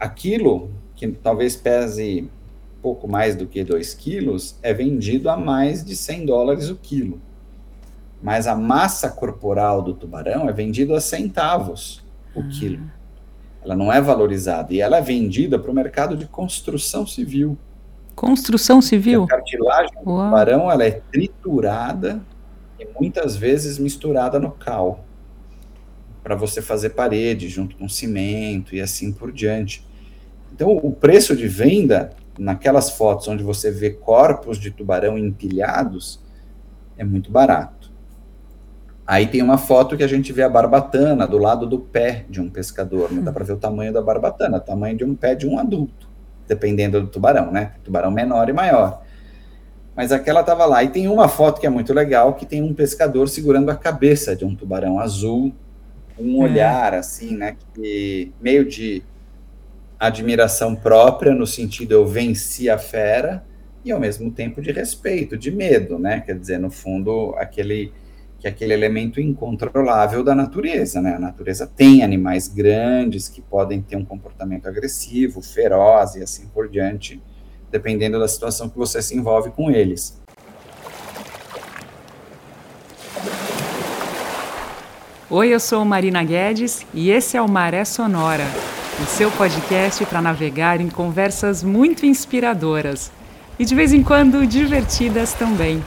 aquilo que talvez pese pouco mais do que 2 quilos, é vendido a mais de $100 o quilo. Mas a massa corporal do tubarão é vendida a centavos o quilo. Ela não é valorizada. E ela é vendida para o mercado de construção civil. Construção civil? E a cartilagem do tubarão, ela é triturada e muitas vezes misturada no cal, para você fazer parede junto com cimento e assim por diante. Então, o preço de venda, naquelas fotos onde você vê corpos de tubarão empilhados, é muito barato. Aí tem uma foto que a gente vê a barbatana do lado do pé de um pescador, não dá para ver o tamanho da barbatana, o tamanho de um pé de um adulto, dependendo do tubarão, né? Tubarão menor e maior. Mas aquela estava lá. E tem uma foto que é muito legal, que tem um pescador segurando a cabeça de um tubarão azul, um olhar assim, né? Que, meio de admiração própria, no sentido eu venci a fera, e ao mesmo tempo de respeito, de medo, né? Quer dizer, no fundo, aquele elemento incontrolável da natureza, né? A natureza tem animais grandes que podem ter um comportamento agressivo, feroz e assim por diante, dependendo da situação que você se envolve com eles. Oi, eu sou Marina Guedes e esse é o Maré Sonora, o seu podcast para navegar em conversas muito inspiradoras e de vez em quando divertidas também.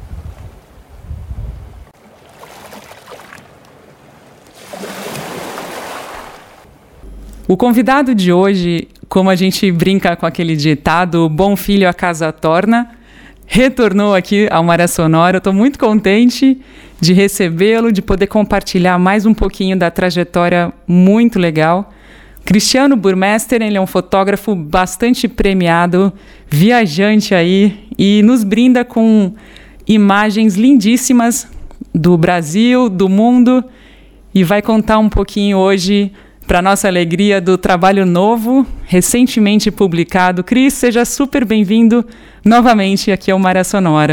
O convidado de hoje, como a gente brinca com aquele ditado, bom filho a casa torna, retornou aqui ao Maré Sonora. Eu estou muito contente de recebê-lo, de poder compartilhar mais um pouquinho da trajetória muito legal. Cristiano Burmester, ele é um fotógrafo bastante premiado, viajante aí, e nos brinda com imagens lindíssimas do Brasil, do mundo, e vai contar um pouquinho hoje, para nossa alegria, do trabalho novo, recentemente publicado. Cris, seja super bem-vindo novamente aqui ao Maré Sonora.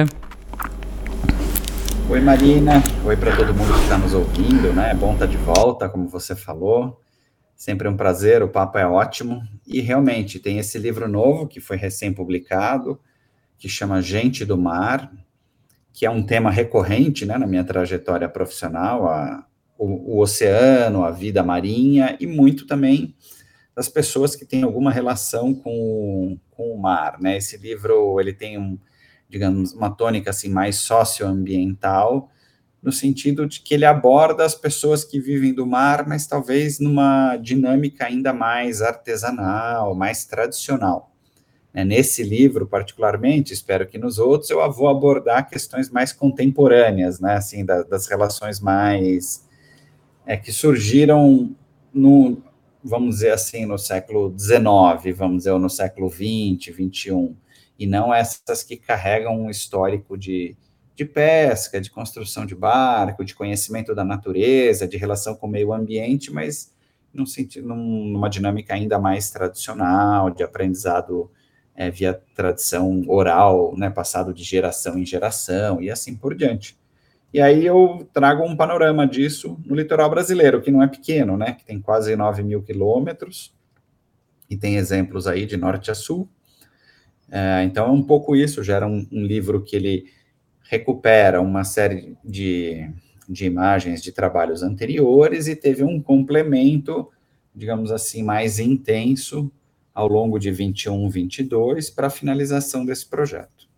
Oi, Marina. Oi para todo mundo que está nos ouvindo, né? É bom estar de volta, como você falou. Sempre um prazer, o papo é ótimo. E realmente tem esse livro novo que foi recém-publicado, que chama Gente do Mar, que é um tema recorrente, né, na minha trajetória profissional, o oceano, a vida marinha e muito também das pessoas que têm alguma relação com o mar, né? Esse livro, ele tem digamos, uma tônica assim mais socioambiental, no sentido de que ele aborda as pessoas que vivem do mar, mas talvez numa dinâmica ainda mais artesanal, mais tradicional. Nesse livro, particularmente, espero que nos outros, eu vou abordar questões mais contemporâneas, né, assim, das relações mais que surgiram vamos dizer assim, no século XIX, vamos dizer, ou no século XX, XXI, e não essas que carregam um histórico de pesca, de construção de barco, de conhecimento da natureza, de relação com o meio ambiente, mas numa dinâmica ainda mais tradicional, de aprendizado via tradição oral, né, passado de geração em geração, e assim por diante. E aí eu trago um panorama disso no litoral brasileiro, que não é pequeno, né, que tem quase 9.000 quilômetros, e tem exemplos aí de norte a sul. Então é um pouco isso, gera um livro que ele recupera uma série de imagens de trabalhos anteriores e teve um complemento, digamos assim, mais intenso ao longo de 21, 22, para a finalização desse projeto.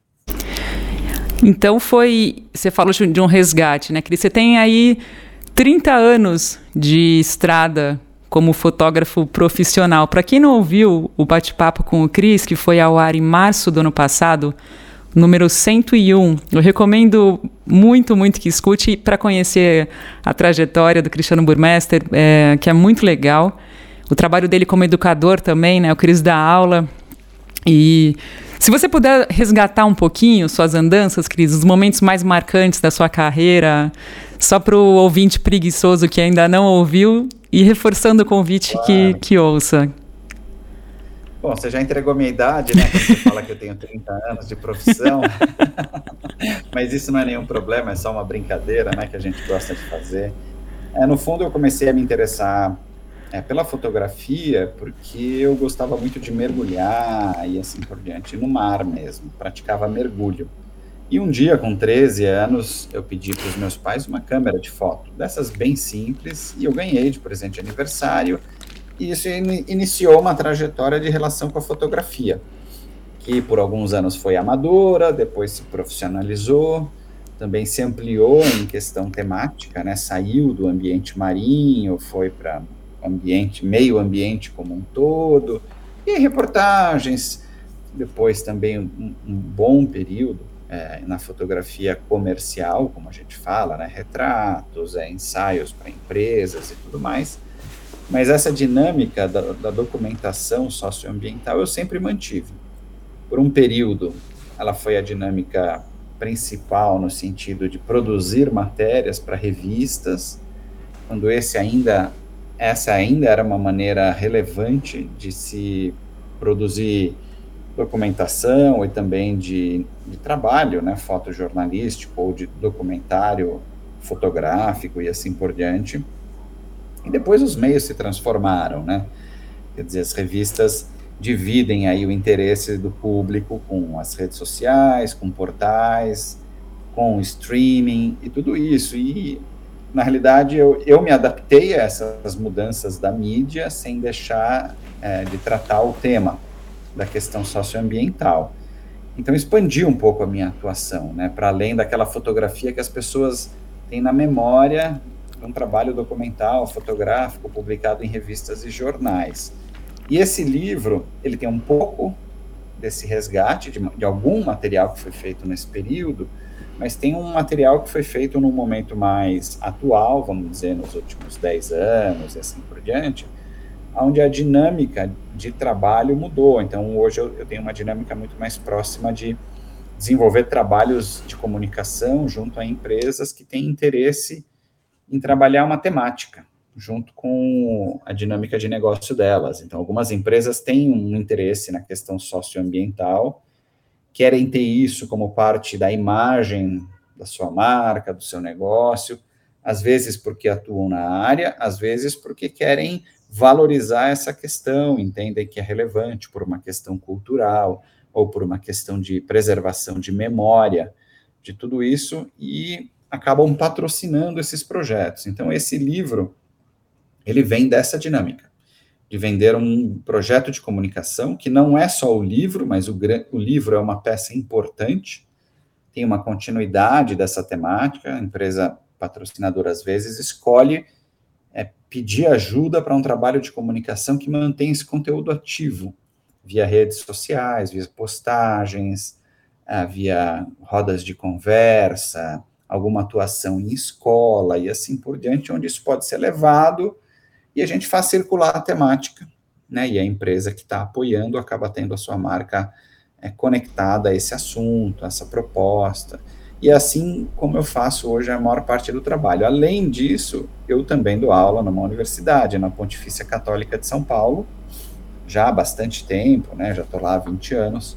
Então você falou de um resgate, né, Cris? Você tem aí 30 anos de estrada como fotógrafo profissional. Para quem não ouviu o bate-papo com o Cris, que foi ao ar em março do ano passado, número 101, eu recomendo muito, muito que escute para conhecer a trajetória do Cristiano Burmester, que é muito legal. O trabalho dele como educador também, né? O Cris dá aula. E se você puder resgatar um pouquinho suas andanças, Cris, os momentos mais marcantes da sua carreira, só para o ouvinte preguiçoso que ainda não ouviu, e reforçando o convite que ouça. Bom, você já entregou minha idade, né? Quando você fala que eu tenho 30 anos de profissão. Mas isso não é nenhum problema, é só uma brincadeira, né? Que a gente gosta de fazer. No fundo, eu comecei a me interessar Pela fotografia, porque eu gostava muito de mergulhar e assim por diante, no mar mesmo, praticava mergulho. E um dia, com 13 anos, eu pedi para os meus pais uma câmera de foto, dessas bem simples, e eu ganhei de presente de aniversário, e isso iniciou uma trajetória de relação com a fotografia, que por alguns anos foi amadora, depois se profissionalizou, também se ampliou em questão temática, né? Saiu do ambiente marinho, foi para meio ambiente como um todo, e reportagens, depois também um bom período na fotografia comercial, como a gente fala, né? Retratos, ensaios para empresas e tudo mais. Mas essa dinâmica da documentação socioambiental eu sempre mantive. Por um período, ela foi a dinâmica principal no sentido de produzir matérias para revistas, quando essa ainda era uma maneira relevante de se produzir documentação e também de trabalho, né, fotojornalístico ou de documentário fotográfico e assim por diante. E depois os meios se transformaram, né? Quer dizer, as revistas dividem aí o interesse do público com as redes sociais, com portais, com o streaming e tudo isso. E, na realidade, eu me adaptei a essas mudanças da mídia sem deixar de tratar o tema da questão socioambiental. Então, expandi um pouco a minha atuação, né, para além daquela fotografia que as pessoas têm na memória de um trabalho documental, fotográfico, publicado em revistas e jornais. E esse livro, ele tem um pouco desse resgate de algum material que foi feito nesse período, mas tem um material que foi feito num momento mais atual, vamos dizer, nos últimos 10 anos e assim por diante, onde a dinâmica de trabalho mudou. Então, hoje eu tenho uma dinâmica muito mais próxima de desenvolver trabalhos de comunicação junto a empresas que têm interesse em trabalhar uma temática, junto com a dinâmica de negócio delas. Então, algumas empresas têm um interesse na questão socioambiental, querem ter isso como parte da imagem da sua marca, do seu negócio, às vezes porque atuam na área, às vezes porque querem valorizar essa questão, entendem que é relevante por uma questão cultural ou por uma questão de preservação de memória, de tudo isso, e acabam patrocinando esses projetos. Então, esse livro, ele vem dessa dinâmica, de vender um projeto de comunicação, que não é só o livro, mas o livro é uma peça importante, tem uma continuidade dessa temática, a empresa patrocinadora, às vezes, escolhe pedir ajuda para um trabalho de comunicação que mantém esse conteúdo ativo, via redes sociais, via postagens, via rodas de conversa, alguma atuação em escola e assim por diante, onde isso pode ser levado e a gente faz circular a temática, né? E a empresa que está apoiando acaba tendo a sua marca conectada a esse assunto, a essa proposta. E assim como eu faço hoje a maior parte do trabalho. Além disso, eu também dou aula numa universidade, na Pontifícia Católica de São Paulo, já há bastante tempo, né? Já estou lá há 20 anos,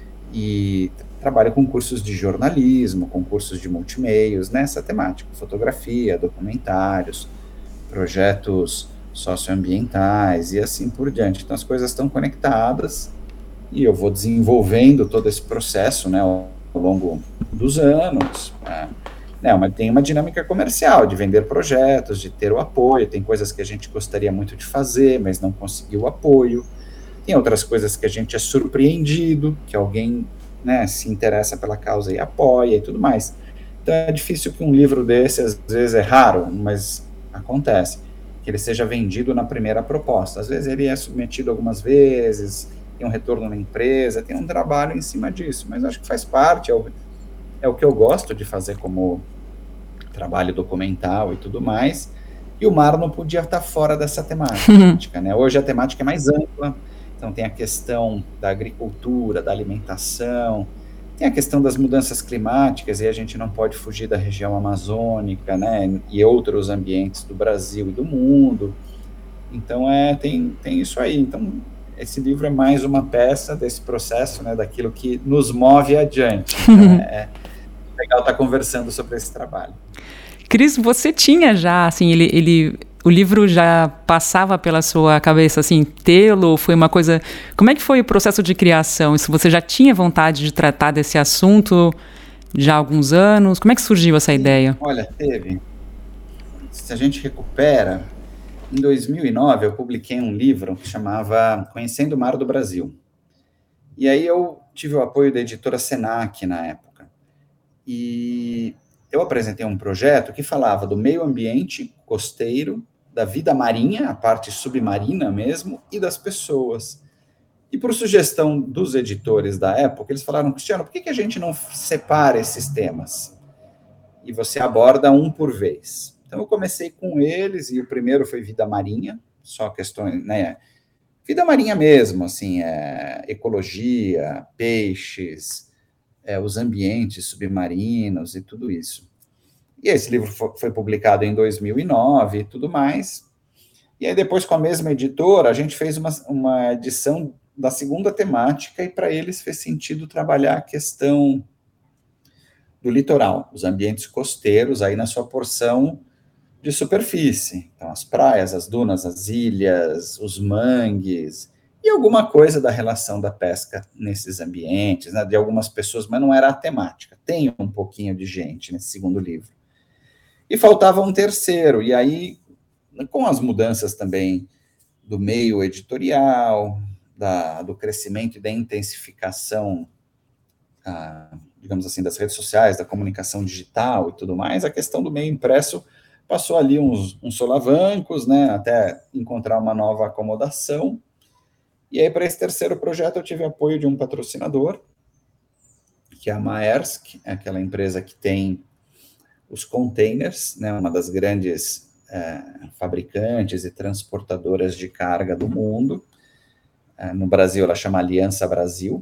e trabalho com cursos de jornalismo, com cursos de multimeios, nessa temática, fotografia, documentários, projetos socioambientais e assim por diante. Então, as coisas estão conectadas e eu vou desenvolvendo todo esse processo, né, ao longo dos anos. Mas tem uma dinâmica comercial, de vender projetos, de ter o apoio, tem coisas que a gente gostaria muito de fazer, mas não conseguiu o apoio, tem outras coisas que a gente é surpreendido, que alguém, né, se interessa pela causa e apoia e tudo mais. Então é difícil que um livro desse, às vezes é raro, mas acontece, que ele seja vendido na primeira proposta. Às vezes ele é submetido algumas vezes, tem um retorno na empresa, tem um trabalho em cima disso, mas acho que faz parte, é o que eu gosto de fazer como trabalho documental e tudo mais, e o mar não podia estar fora dessa temática, né? Hoje a temática é mais ampla, então tem a questão da agricultura, da alimentação, tem a questão das mudanças climáticas, e a gente não pode fugir da região amazônica, né, e outros ambientes do Brasil e do mundo. Então, tem isso aí. Então, esse livro é mais uma peça desse processo, né, daquilo que nos move adiante. Então, é legal estar conversando sobre esse trabalho. Cris, você tinha já, assim, o O livro já passava pela sua cabeça, assim, tê-lo? Foi uma coisa... Como é que foi o processo de criação? Se você já tinha vontade de tratar desse assunto já há alguns anos? Como é que surgiu essa ideia? Olha, teve. Se a gente recupera, em 2009 eu publiquei um livro que chamava Conhecendo o Mar do Brasil. E aí eu tive o apoio da editora Senac na época. E eu apresentei um projeto que falava do meio ambiente costeiro, da vida marinha, a parte submarina mesmo, e das pessoas. E por sugestão dos editores da época, eles falaram, Cristiano, por que a gente não separa esses temas? E você aborda um por vez. Então eu comecei com eles, e o primeiro foi vida marinha, só questões, né? Vida marinha mesmo, assim, ecologia, peixes, os ambientes submarinos e tudo isso. E esse livro foi publicado em 2009 e tudo mais. E aí depois, com a mesma editora, a gente fez uma edição da segunda temática, e para eles fez sentido trabalhar a questão do litoral, os ambientes costeiros, aí na sua porção de superfície. Então, as praias, as dunas, as ilhas, os mangues, e alguma coisa da relação da pesca nesses ambientes, né, de algumas pessoas, mas não era a temática. Tem um pouquinho de gente nesse segundo livro. E faltava um terceiro, e aí, com as mudanças também do meio editorial, do crescimento e da intensificação, digamos assim, das redes sociais, da comunicação digital e tudo mais, a questão do meio impresso passou ali uns solavancos, né, até encontrar uma nova acomodação. E aí, para esse terceiro projeto, eu tive apoio de um patrocinador, que é a Maersk, é aquela empresa que tem os containers, né, uma das grandes fabricantes e transportadoras de carga do mundo. No Brasil, ela chama Aliança Brasil,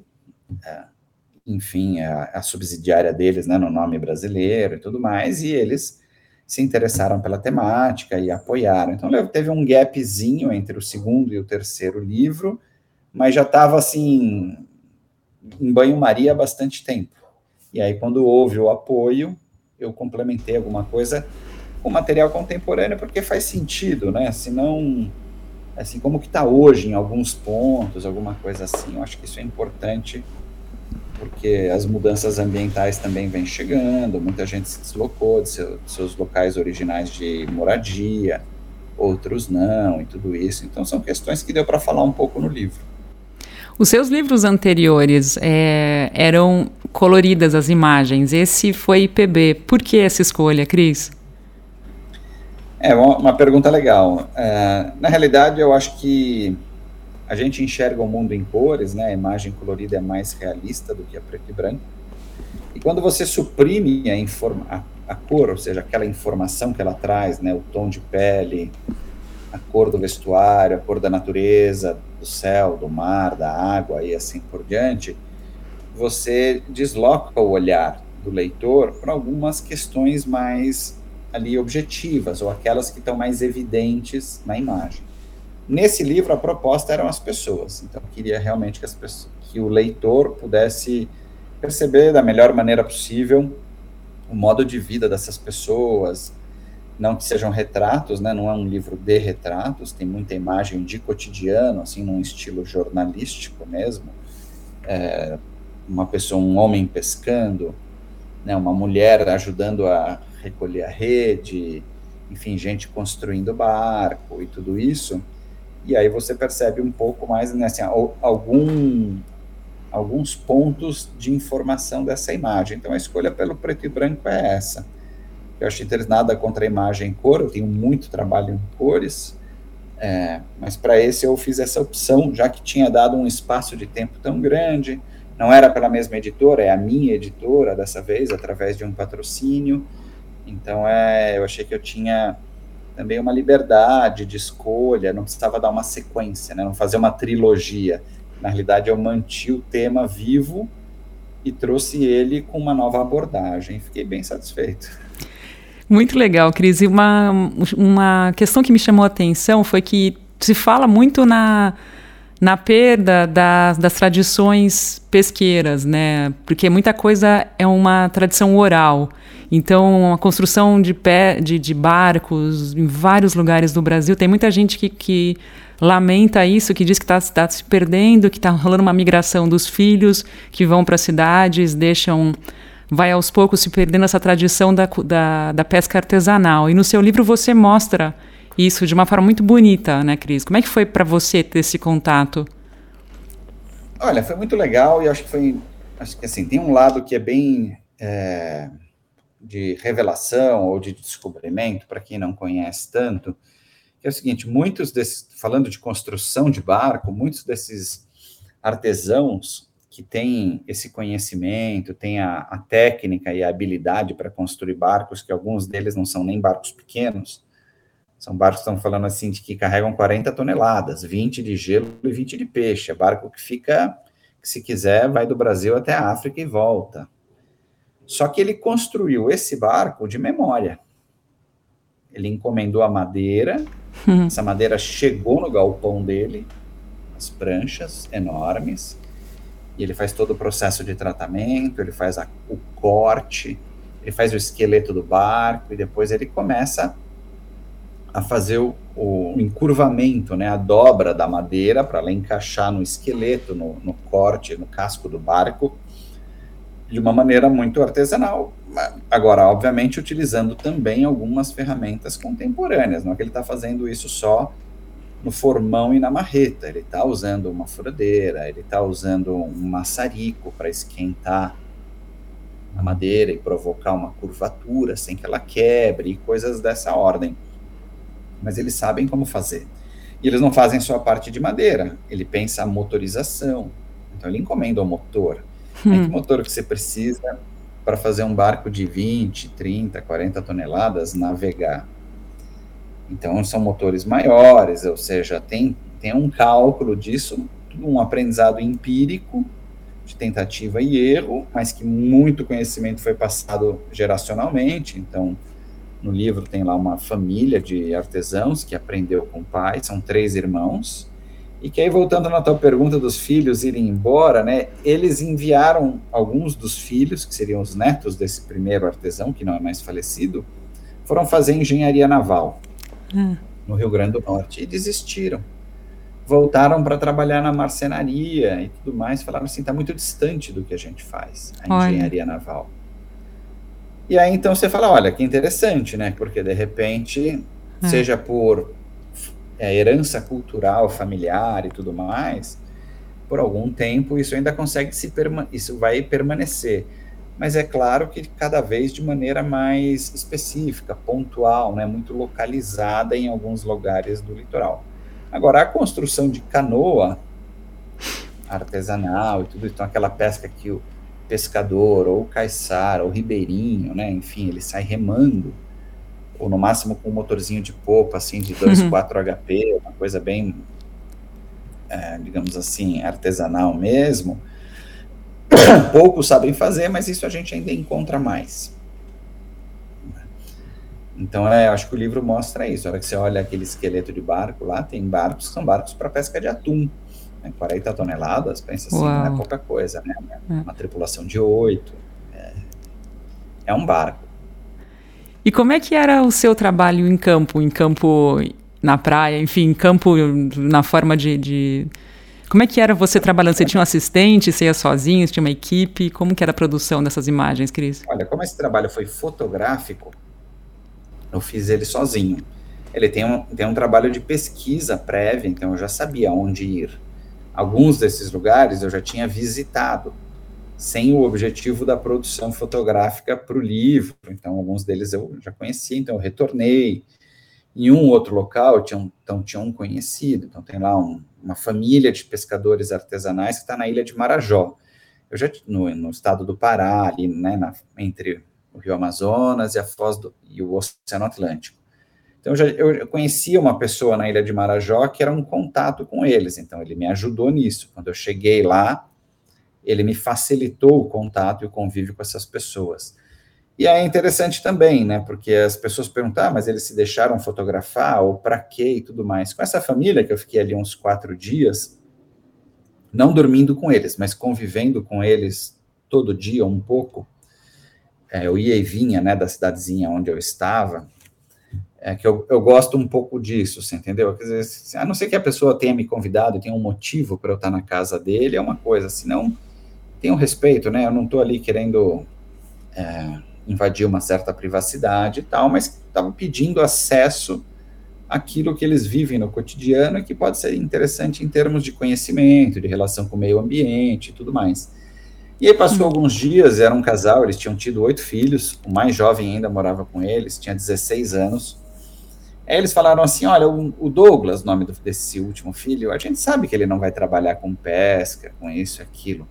enfim, a subsidiária deles, né, no nome brasileiro e tudo mais, e eles se interessaram pela temática e apoiaram. Então, teve um gapzinho entre o segundo e o terceiro livro, mas já estava, assim, em banho-maria há bastante tempo. E aí, quando houve o apoio, eu complementei alguma coisa com material contemporâneo, porque faz sentido, né? Senão, assim, como que está hoje em alguns pontos, alguma coisa assim, eu acho que isso é importante, porque as mudanças ambientais também vêm chegando, muita gente se deslocou de seus locais originais de moradia, outros não, e tudo isso. Então, são questões que deu para falar um pouco no livro. Os seus livros anteriores eram coloridas as imagens, esse foi IPB. Por que essa escolha, Cris? É uma pergunta legal. Na realidade, eu acho que a gente enxerga o mundo em cores, né? A imagem colorida é mais realista do que a preto e branco. E quando você suprime a cor, ou seja, aquela informação que ela traz, né? O tom de pele, a cor do vestuário, a cor da natureza, do céu, do mar, da água e assim por diante, você desloca o olhar do leitor para algumas questões mais ali objetivas, ou aquelas que estão mais evidentes na imagem. Nesse livro, a proposta eram as pessoas, então eu queria realmente que o leitor pudesse perceber da melhor maneira possível o modo de vida dessas pessoas, não que sejam retratos, né? Não é um livro de retratos, tem muita imagem de cotidiano, assim, num estilo jornalístico mesmo, uma pessoa, um homem pescando, né? Uma mulher ajudando a recolher a rede, enfim, gente construindo barco e tudo isso. E aí você percebe um pouco mais, né, assim, alguns pontos de informação dessa imagem. Então, a escolha pelo preto e branco é essa. Eu acho interessante, nada contra a imagem em cor, eu tenho muito trabalho em cores, mas para esse eu fiz essa opção, já que tinha dado um espaço de tempo tão grande, não era pela mesma editora, é a minha editora dessa vez, através de um patrocínio. Então, eu achei que eu tinha também uma liberdade de escolha, não precisava dar uma sequência, né, não fazer uma trilogia. Na realidade, eu mantive o tema vivo e trouxe ele com uma nova abordagem. Fiquei bem satisfeito. Muito legal, Cris. E uma questão que me chamou a atenção foi que se fala muito na perda das tradições pesqueiras, né? Porque muita coisa é uma tradição oral. Então, a construção de barcos em vários lugares do Brasil, tem muita gente que lamenta isso, que diz que está se perdendo, que está rolando uma migração dos filhos que vão para as cidades, vai aos poucos se perdendo essa tradição da pesca artesanal. E no seu livro você mostra isso de uma forma muito bonita, né, Cris? Como é que foi para você ter esse contato? Olha, foi muito legal e acho que assim, tem um lado que é bem de revelação ou de descobrimento, para quem não conhece tanto, que é o seguinte, falando de construção de barco, muitos desses artesãos que têm esse conhecimento, têm a técnica e a habilidade para construir barcos, que alguns deles não são nem barcos pequenos, são barcos que estão falando assim, de que carregam 40 toneladas, 20 de gelo e 20 de peixe. É barco que se quiser, vai do Brasil até a África e volta. Só que ele construiu esse barco de memória. Ele encomendou a madeira, essa madeira chegou no galpão dele, as pranchas enormes, e ele faz todo o processo de tratamento, ele faz o corte, ele faz o esqueleto do barco, e depois ele começa a fazer o encurvamento, né, a dobra da madeira para ela encaixar no esqueleto, no corte, no casco do barco, de uma maneira muito artesanal. Agora, obviamente, utilizando também algumas ferramentas contemporâneas, não é que ele está fazendo isso só no formão e na marreta, ele está usando uma furadeira, ele está usando um maçarico para esquentar a madeira e provocar uma curvatura sem que ela quebre, e coisas dessa ordem. Mas eles sabem como fazer. E eles não fazem só a parte de madeira, ele pensa a motorização. Então ele encomenda o motor. Que motor que você precisa para fazer um barco de 20, 30, 40 toneladas navegar? Então são motores maiores, ou seja, tem um cálculo disso, um aprendizado empírico, de tentativa e erro, mas que muito conhecimento foi passado geracionalmente. Então, no livro tem lá uma família de artesãos que aprendeu com o pai, são 3 irmãos, e que aí, voltando na tua pergunta dos filhos irem embora, né, eles enviaram alguns dos filhos, que seriam os netos desse primeiro artesão, que não é mais falecido, foram fazer engenharia naval no Rio Grande do Norte, e desistiram. Voltaram para trabalhar na marcenaria e tudo mais, falaram assim, está muito distante do que a gente faz, a engenharia naval. E aí, então, você fala, olha, que interessante, né? Porque, de repente, seja por herança cultural, familiar e tudo mais, por algum tempo isso ainda consegue isso vai permanecer. Mas é claro que cada vez de maneira mais específica, pontual, né? Muito localizada em alguns lugares do litoral. Agora, a construção de canoa artesanal e tudo, então aquela pesca que o pescador, ou o caiçara, ou o ribeirinho, né, enfim, ele sai remando, ou no máximo com um motorzinho de popa, assim, de 2,4 HP, uma coisa bem, digamos assim, artesanal mesmo. Poucos sabem fazer, mas isso a gente ainda encontra mais. Então, acho que o livro mostra isso. A hora que você olha aquele esqueleto de barco lá, tem barcos que são barcos para pesca de atum. 40 toneladas, pensa assim, não é pouca coisa, né? Uma tripulação de 8. É um barco. E como é que era o seu trabalho em campo na praia, enfim, em campo na forma de... Como é que era você trabalhando? Você tinha um assistente, você ia sozinho, você tinha uma equipe? Como que era a produção dessas imagens, Cris? Olha, como esse trabalho foi fotográfico, eu fiz ele sozinho. Ele tem um trabalho de pesquisa prévia, então eu já sabia onde ir. Alguns desses lugares eu já tinha visitado, sem o objetivo da produção fotográfica para o livro. Então, alguns deles eu já conhecia, então eu retornei. Em um outro local, tinha um conhecido. Então, tem lá uma família de pescadores artesanais que está na ilha de Marajó. Eu já no estado do Pará, ali, né, entre o Rio Amazonas e a Foz e o Oceano Atlântico. Então, eu conhecia uma pessoa na ilha de Marajó que era um contato com eles, então ele me ajudou nisso. Quando eu cheguei lá, ele me facilitou o contato e o convívio com essas pessoas. E é interessante também, né, porque as pessoas perguntam, mas eles se deixaram fotografar, ou para quê e tudo mais. Com essa família, que eu fiquei ali uns 4 dias, não dormindo com eles, mas convivendo com eles todo dia um pouco. Eu ia e vinha, né, da cidadezinha onde eu estava, que eu gosto um pouco disso, você entendeu? Quer dizer, a não ser que a pessoa tenha me convidado, tenha um motivo para eu estar na casa dele, é uma coisa, senão tem um respeito, né? Eu não estou ali querendo invadir uma certa privacidade e tal, mas estava pedindo acesso àquilo que eles vivem no cotidiano e que pode ser interessante em termos de conhecimento, de relação com o meio ambiente e tudo mais. E aí passou alguns dias, era um casal, eles tinham tido 8 filhos, o mais jovem ainda morava com eles, tinha 16 anos. Aí eles falaram assim, olha, o Douglas, nome desse último filho, a gente sabe que ele não vai trabalhar com pesca, com isso e aquilo,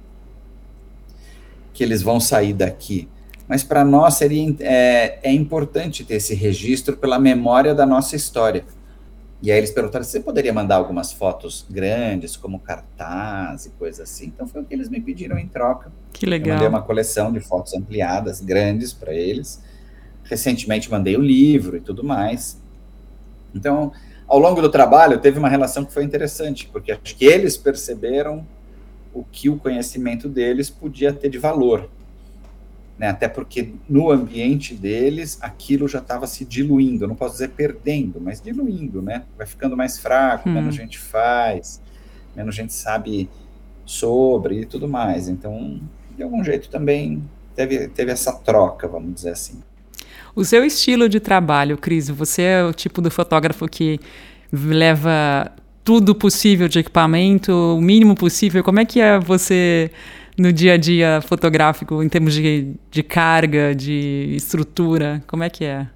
que eles vão sair daqui, mas para nós seria importante ter esse registro pela memória da nossa história. E aí eles perguntaram se você poderia mandar algumas fotos grandes, como cartaz e coisa assim. Então foi o que eles me pediram em troca. Que legal. Eu mandei uma coleção de fotos ampliadas, grandes para eles. Recentemente mandei o livro e tudo mais. Então, ao longo do trabalho, teve uma relação que foi interessante, porque acho que eles perceberam o que o conhecimento deles podia ter de valor. Né? Até porque no ambiente deles aquilo já estava se diluindo, não posso dizer perdendo, mas diluindo, né? Vai ficando mais fraco, menos gente faz, menos gente sabe sobre e tudo mais. Então, de algum jeito também teve essa troca, vamos dizer assim. O seu estilo de trabalho, Cris, você é o tipo do fotógrafo que leva tudo possível de equipamento, o mínimo possível. Como é que é você no dia a dia fotográfico, em termos de carga, de estrutura? Como é que é?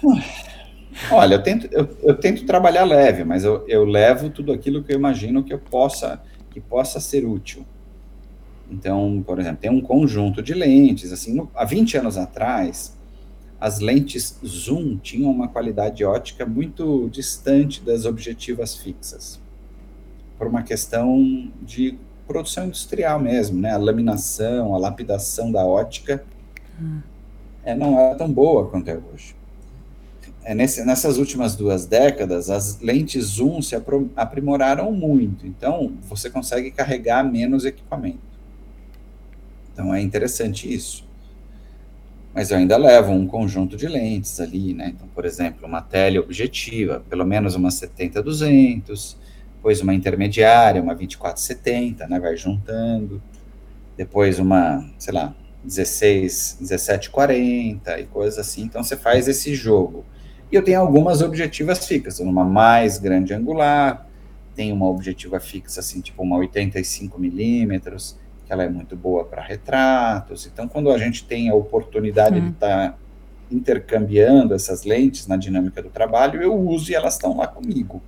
Olha, eu tento trabalhar leve, mas eu levo tudo aquilo que eu imagino que possa ser útil. Então, por exemplo, tem um conjunto de lentes. Assim, há 20 anos atrás, as lentes zoom tinham uma qualidade ótica muito distante das objetivas fixas, por uma questão de produção industrial mesmo, né? A laminação, a lapidação da ótica não era tão boa quanto é hoje. Nessas últimas 2 décadas, as lentes zoom se aprimoraram muito, então você consegue carregar menos equipamento. Então é interessante isso. Mas eu ainda levo um conjunto de lentes ali, né? Então, por exemplo, uma teleobjetiva, pelo menos uma 70-200, depois uma intermediária, uma 24-70, né? Vai juntando. Depois uma, sei lá, 17-40 e coisas assim. Então, você faz esse jogo. E eu tenho algumas objetivas fixas, uma mais grande angular, tem uma objetiva fixa, assim, tipo uma 85mm, que ela é muito boa para retratos. Então, quando a gente tem a oportunidade de estar intercambiando essas lentes na dinâmica do trabalho, eu uso e elas estão lá comigo.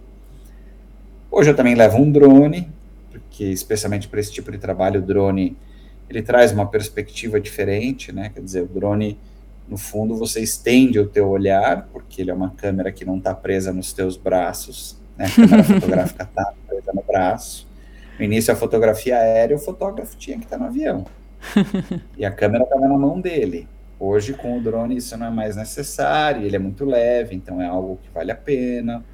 Hoje eu também levo um drone, porque especialmente para esse tipo de trabalho, o drone ele traz uma perspectiva diferente, né? Quer dizer, o drone, no fundo, você estende o teu olhar, porque ele é uma câmera que não está presa nos teus braços, né? A câmera fotográfica está presa no braço. No início, a fotografia aérea, o fotógrafo tinha que estar no avião. E a câmera estava na mão dele. Hoje, com o drone, isso não é mais necessário, ele é muito leve, então é algo que vale a pena.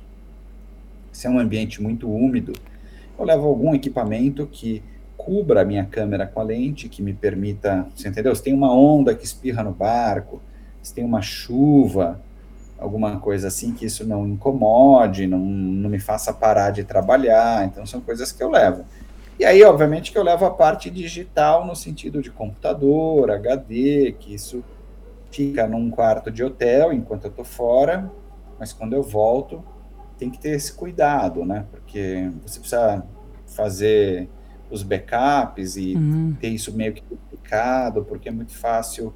Se é um ambiente muito úmido, eu levo algum equipamento que cubra a minha câmera com a lente, que me permita, você entendeu? Se tem uma onda que espirra no barco, se tem uma chuva, alguma coisa assim, que isso não incomode, não me faça parar de trabalhar. Então, são coisas que eu levo. E aí, obviamente, que eu levo a parte digital no sentido de computador, HD, que isso fica num quarto de hotel enquanto eu estou fora, mas quando eu volto, tem que ter esse cuidado, né? Porque você precisa fazer os backups e ter isso meio que duplicado, porque é muito fácil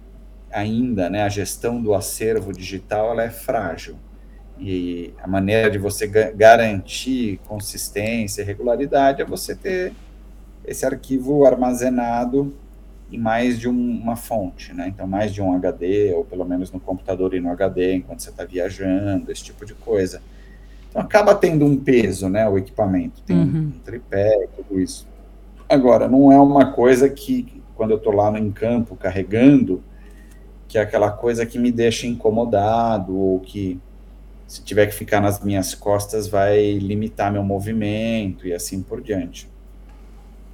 ainda, né? A gestão do acervo digital, ela é frágil. E a maneira de você garantir consistência e regularidade é você ter esse arquivo armazenado em mais de uma fonte, né? Então, mais de um HD, ou pelo menos no computador e no HD, enquanto você está viajando, esse tipo de coisa. Então, acaba tendo um peso, né, o equipamento. Tem um tripé, tudo isso. Agora, não é uma coisa que, quando eu estou lá em campo carregando, que é aquela coisa que me deixa incomodado, ou que, se tiver que ficar nas minhas costas, vai limitar meu movimento, e assim por diante.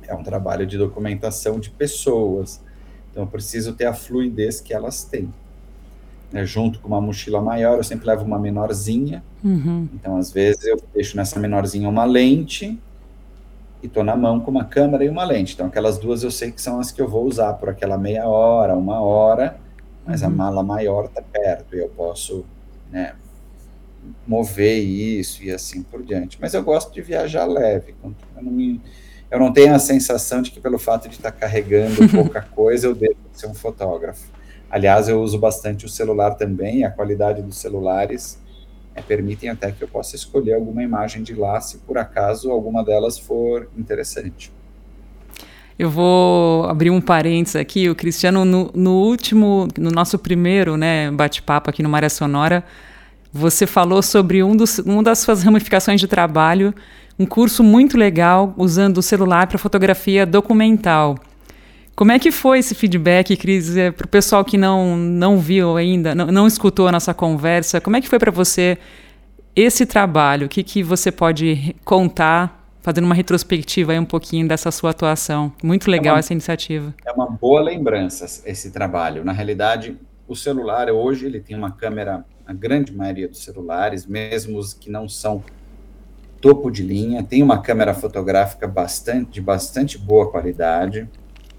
é um trabalho de documentação de pessoas, então eu preciso ter a fluidez que elas têm. Junto com uma mochila maior, eu sempre levo uma menorzinha, então às vezes eu deixo nessa menorzinha uma lente, e estou na mão com uma câmera e uma lente, então aquelas duas eu sei que são as que eu vou usar por aquela meia hora, uma hora, mas a mala maior está perto, e eu posso, né, mover isso e assim por diante. Mas eu gosto de viajar leve, eu não tenho a sensação de que pelo fato de estar carregando pouca coisa, eu devo ser um fotógrafo. Aliás, eu uso bastante o celular também, a qualidade dos celulares permitem até que eu possa escolher alguma imagem de lá, se por acaso alguma delas for interessante. Eu vou abrir um parênteses aqui. O Cristiano, no nosso primeiro, né, bate-papo aqui no Maré Sonora, você falou sobre uma das suas ramificações de trabalho, um curso muito legal usando o celular para fotografia documental. Como é que foi esse feedback, Cris, para o pessoal que não viu ainda, não escutou a nossa conversa? Como é que foi para você esse trabalho? O que você pode contar, fazendo uma retrospectiva aí um pouquinho dessa sua atuação? Muito legal essa iniciativa. É uma boa lembrança esse trabalho. Na realidade, o celular hoje ele tem uma câmera, a grande maioria dos celulares, mesmo os que não são topo de linha, tem uma câmera fotográfica de bastante boa qualidade.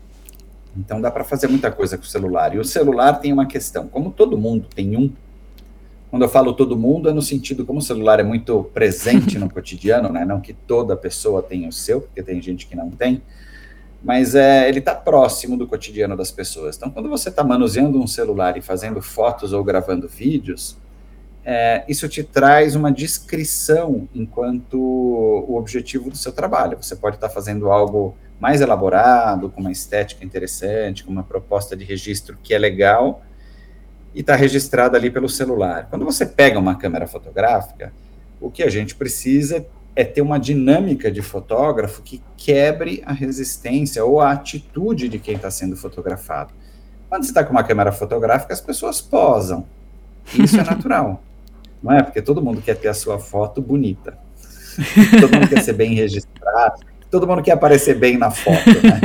Então dá para fazer muita coisa com o celular. E o celular tem uma questão, como todo mundo tem um, quando eu falo todo mundo é no sentido, como o celular é muito presente no cotidiano, né? Não que toda pessoa tenha o seu, porque tem gente que não tem, mas ele está próximo do cotidiano das pessoas. Então quando você está manuseando um celular e fazendo fotos ou gravando vídeos, isso te traz uma descrição enquanto o objetivo do seu trabalho. Você pode estar fazendo algo mais elaborado, com uma estética interessante, com uma proposta de registro que é legal, e está registrada ali pelo celular. Quando você pega uma câmera fotográfica, o que a gente precisa é ter uma dinâmica de fotógrafo que quebre a resistência ou a atitude de quem está sendo fotografado. Quando você está com uma câmera fotográfica, as pessoas posam. Isso é natural. Não é? Porque todo mundo quer ter a sua foto bonita. Todo mundo quer ser bem registrado. Todo mundo quer aparecer bem na foto, né?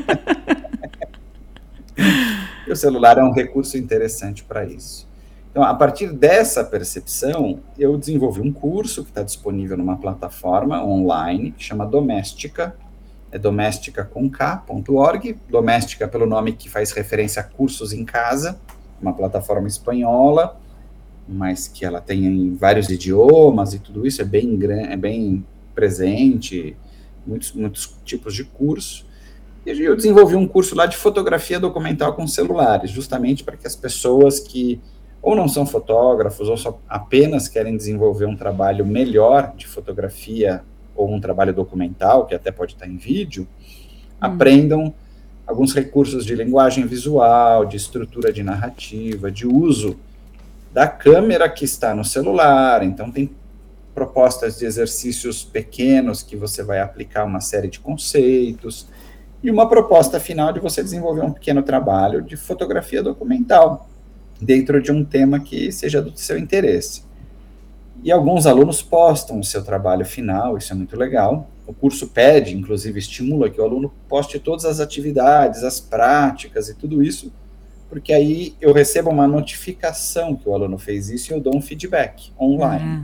E o celular é um recurso interessante para isso. Então, a partir dessa percepção, eu desenvolvi um curso que está disponível numa plataforma online, que chama Doméstica, domestica.org, Doméstica pelo nome que faz referência a cursos em casa, uma plataforma espanhola, mas que ela tem em vários idiomas e tudo isso, é bem presente, muitos tipos de curso. E eu desenvolvi um curso lá de fotografia documental com celulares, justamente para que as pessoas que ou não são fotógrafos, ou só apenas querem desenvolver um trabalho melhor de fotografia, ou um trabalho documental, que até pode estar em vídeo, aprendam alguns recursos de linguagem visual, de estrutura de narrativa, de uso da câmera que está no celular. Então tem propostas de exercícios pequenos que você vai aplicar uma série de conceitos, e uma proposta final de você desenvolver um pequeno trabalho de fotografia documental, dentro de um tema que seja do seu interesse. E alguns alunos postam o seu trabalho final, isso é muito legal. O curso pede, inclusive estimula que o aluno poste todas as atividades, as práticas e tudo isso, porque aí eu recebo uma notificação que o aluno fez isso e eu dou um feedback online.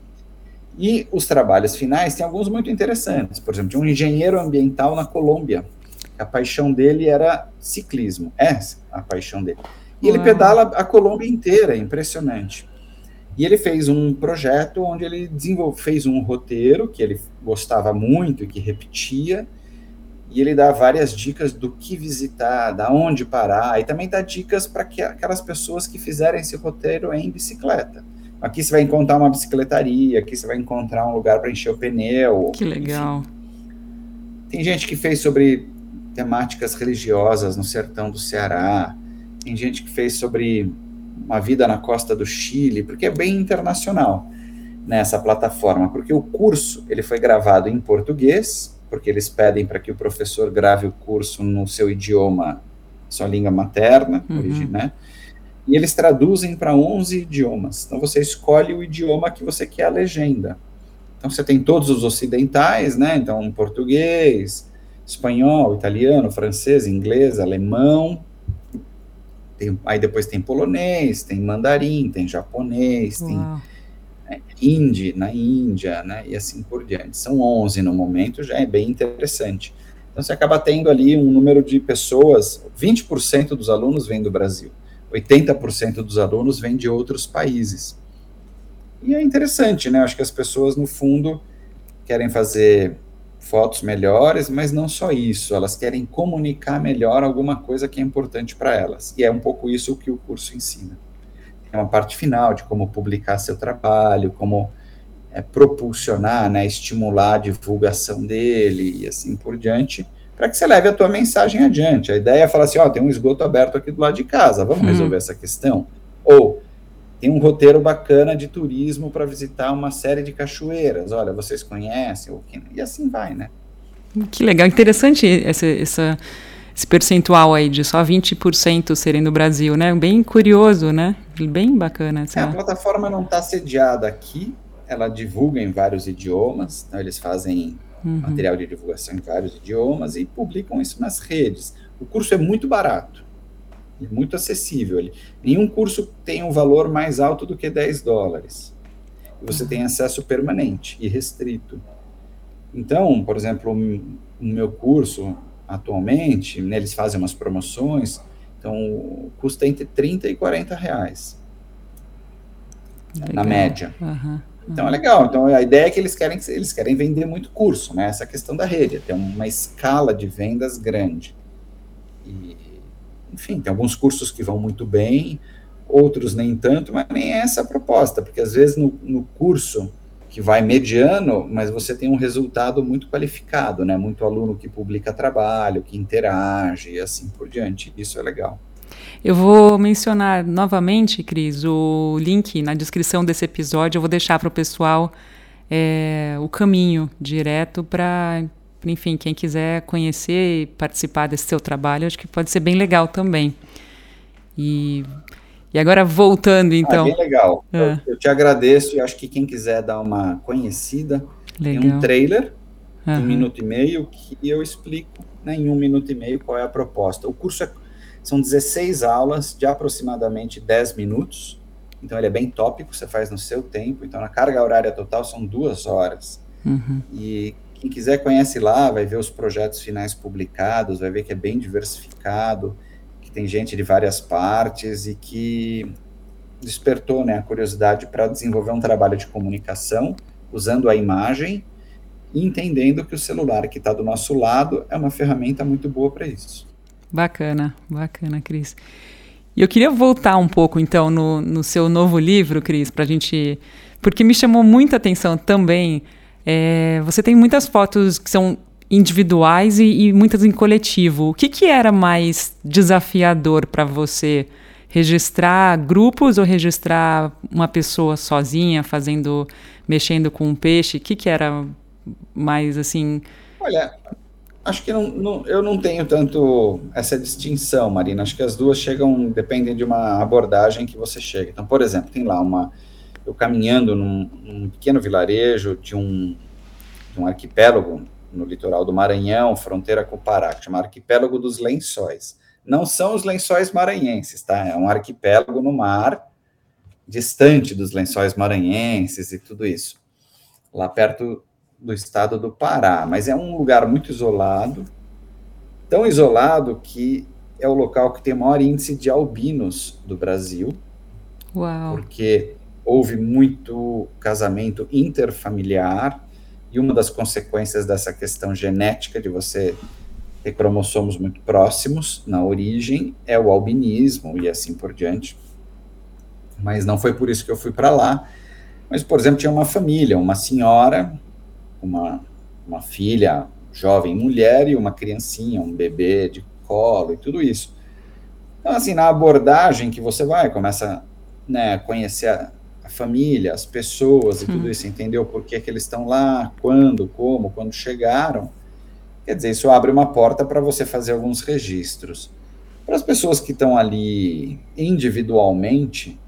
E os trabalhos finais tem alguns muito interessantes. Por exemplo, de um engenheiro ambiental na Colômbia. A paixão dele era ciclismo. A paixão dele. E ele pedala a Colômbia inteira, é impressionante. E ele fez um projeto onde ele fez um roteiro que ele gostava muito e que repetia, e ele dá várias dicas do que visitar, da onde parar, e também dá dicas para aquelas pessoas que fizerem esse roteiro em bicicleta. Aqui você vai encontrar uma bicicletaria, aqui você vai encontrar um lugar para encher o pneu. Que legal. Enfim. Tem gente que fez sobre temáticas religiosas no sertão do Ceará, tem gente que fez sobre uma vida na costa do Chile, porque é bem internacional nessa plataforma, porque o curso ele foi gravado em português, porque eles pedem para que o professor grave o curso no seu idioma, sua língua materna, né? E eles traduzem para 11 idiomas. Então você escolhe o idioma que você quer a legenda. Então você tem todos os ocidentais, né? Então português, espanhol, italiano, francês, inglês, alemão, aí depois tem polonês, tem mandarim, tem japonês, Uau. tem hindi na Índia, né, e assim por diante. São 11 no momento, já é bem interessante. Então você acaba tendo ali um número de pessoas, 20% dos alunos vêm do Brasil, 80% dos alunos vêm de outros países. E é interessante, né? Acho que as pessoas, no fundo, querem fazer fotos melhores, mas não só isso, elas querem comunicar melhor alguma coisa que é importante para elas. E é um pouco isso que o curso ensina. Tem uma parte final de como publicar seu trabalho, como propulsionar, né, estimular a divulgação dele e assim por diante, para que você leve a tua mensagem adiante. A ideia é falar assim, tem um esgoto aberto aqui do lado de casa, vamos resolver essa questão? Ou tem um roteiro bacana de turismo para visitar uma série de cachoeiras, olha, vocês conhecem? E assim vai, né? Que legal, interessante esse percentual aí de só 20% serem do Brasil, né? Bem curioso, né? Bem bacana. A plataforma não está sediada aqui, ela divulga em vários idiomas, então eles fazem material de divulgação em vários idiomas e publicam isso nas redes. O curso é muito barato, é muito acessível. Nenhum curso tem um valor mais alto do que $10. E você tem acesso permanente e restrito. Então, por exemplo, no meu curso, atualmente, né, eles fazem umas promoções, então custa entre 30 e 40 reais, na média. Então é legal. Então a ideia é que eles querem vender muito curso, né? Essa questão da rede, ter uma escala de vendas grande. E, enfim, tem alguns cursos que vão muito bem, outros nem tanto, mas nem é essa a proposta, porque às vezes no curso que vai mediano, mas você tem um resultado muito qualificado, né? Muito aluno que publica trabalho, que interage e assim por diante. Isso é legal. Eu vou mencionar novamente, Cris, o link na descrição desse episódio. Eu vou deixar para o pessoal o caminho direto para, enfim, quem quiser conhecer e participar desse seu trabalho, acho que pode ser bem legal também. E agora voltando, então. Bem legal. Eu te agradeço e acho que quem quiser dar uma conhecida, legal. Tem um trailer de 1 minuto e meio que eu explico, né, em 1 minuto e meio qual é a proposta. O curso são 16 aulas de aproximadamente 10 minutos, então ele é bem tópico, você faz no seu tempo, então na carga horária total são 2 horas. E quem quiser conhece lá, vai ver os projetos finais publicados, vai ver que é bem diversificado, que tem gente de várias partes e que despertou, né, a curiosidade para desenvolver um trabalho de comunicação, usando a imagem e entendendo que o celular que está do nosso lado é uma ferramenta muito boa para isso. Bacana, Cris. E eu queria voltar um pouco, então, no seu novo livro, Cris, para a gente... Porque me chamou muita atenção também. Você tem muitas fotos que são individuais e muitas em coletivo. O que era mais desafiador para você? Registrar grupos ou registrar uma pessoa sozinha, mexendo com um peixe? O que era mais, assim... Olha... Acho que eu não tenho tanto essa distinção, Marina. Acho que as duas dependem de uma abordagem que você chega. Então, por exemplo, tem lá eu caminhando num pequeno vilarejo de um arquipélago no litoral do Maranhão, fronteira com o Pará, que chama Arquipélago dos Lençóis. Não são os lençóis maranhenses, tá? É um arquipélago no mar, distante dos lençóis maranhenses e tudo isso. Lá perto do estado do Pará, mas é um lugar muito isolado, tão isolado que é o local que tem o maior índice de albinos do Brasil. Uau. Porque houve muito casamento interfamiliar, e uma das consequências dessa questão genética de você ter cromossomos muito próximos na origem é o albinismo e assim por diante. Mas não foi por isso que eu fui para lá. Mas, por exemplo, tinha uma família, uma senhora, uma filha, jovem mulher e uma criancinha, um bebê de colo e tudo isso. Então, assim, na abordagem que você começa, né, a conhecer a família, as pessoas e tudo isso, entender o porquê que eles estão lá, quando, como, quando chegaram. Quer dizer, isso abre uma porta para você fazer alguns registros. Para as pessoas que estão ali individualmente,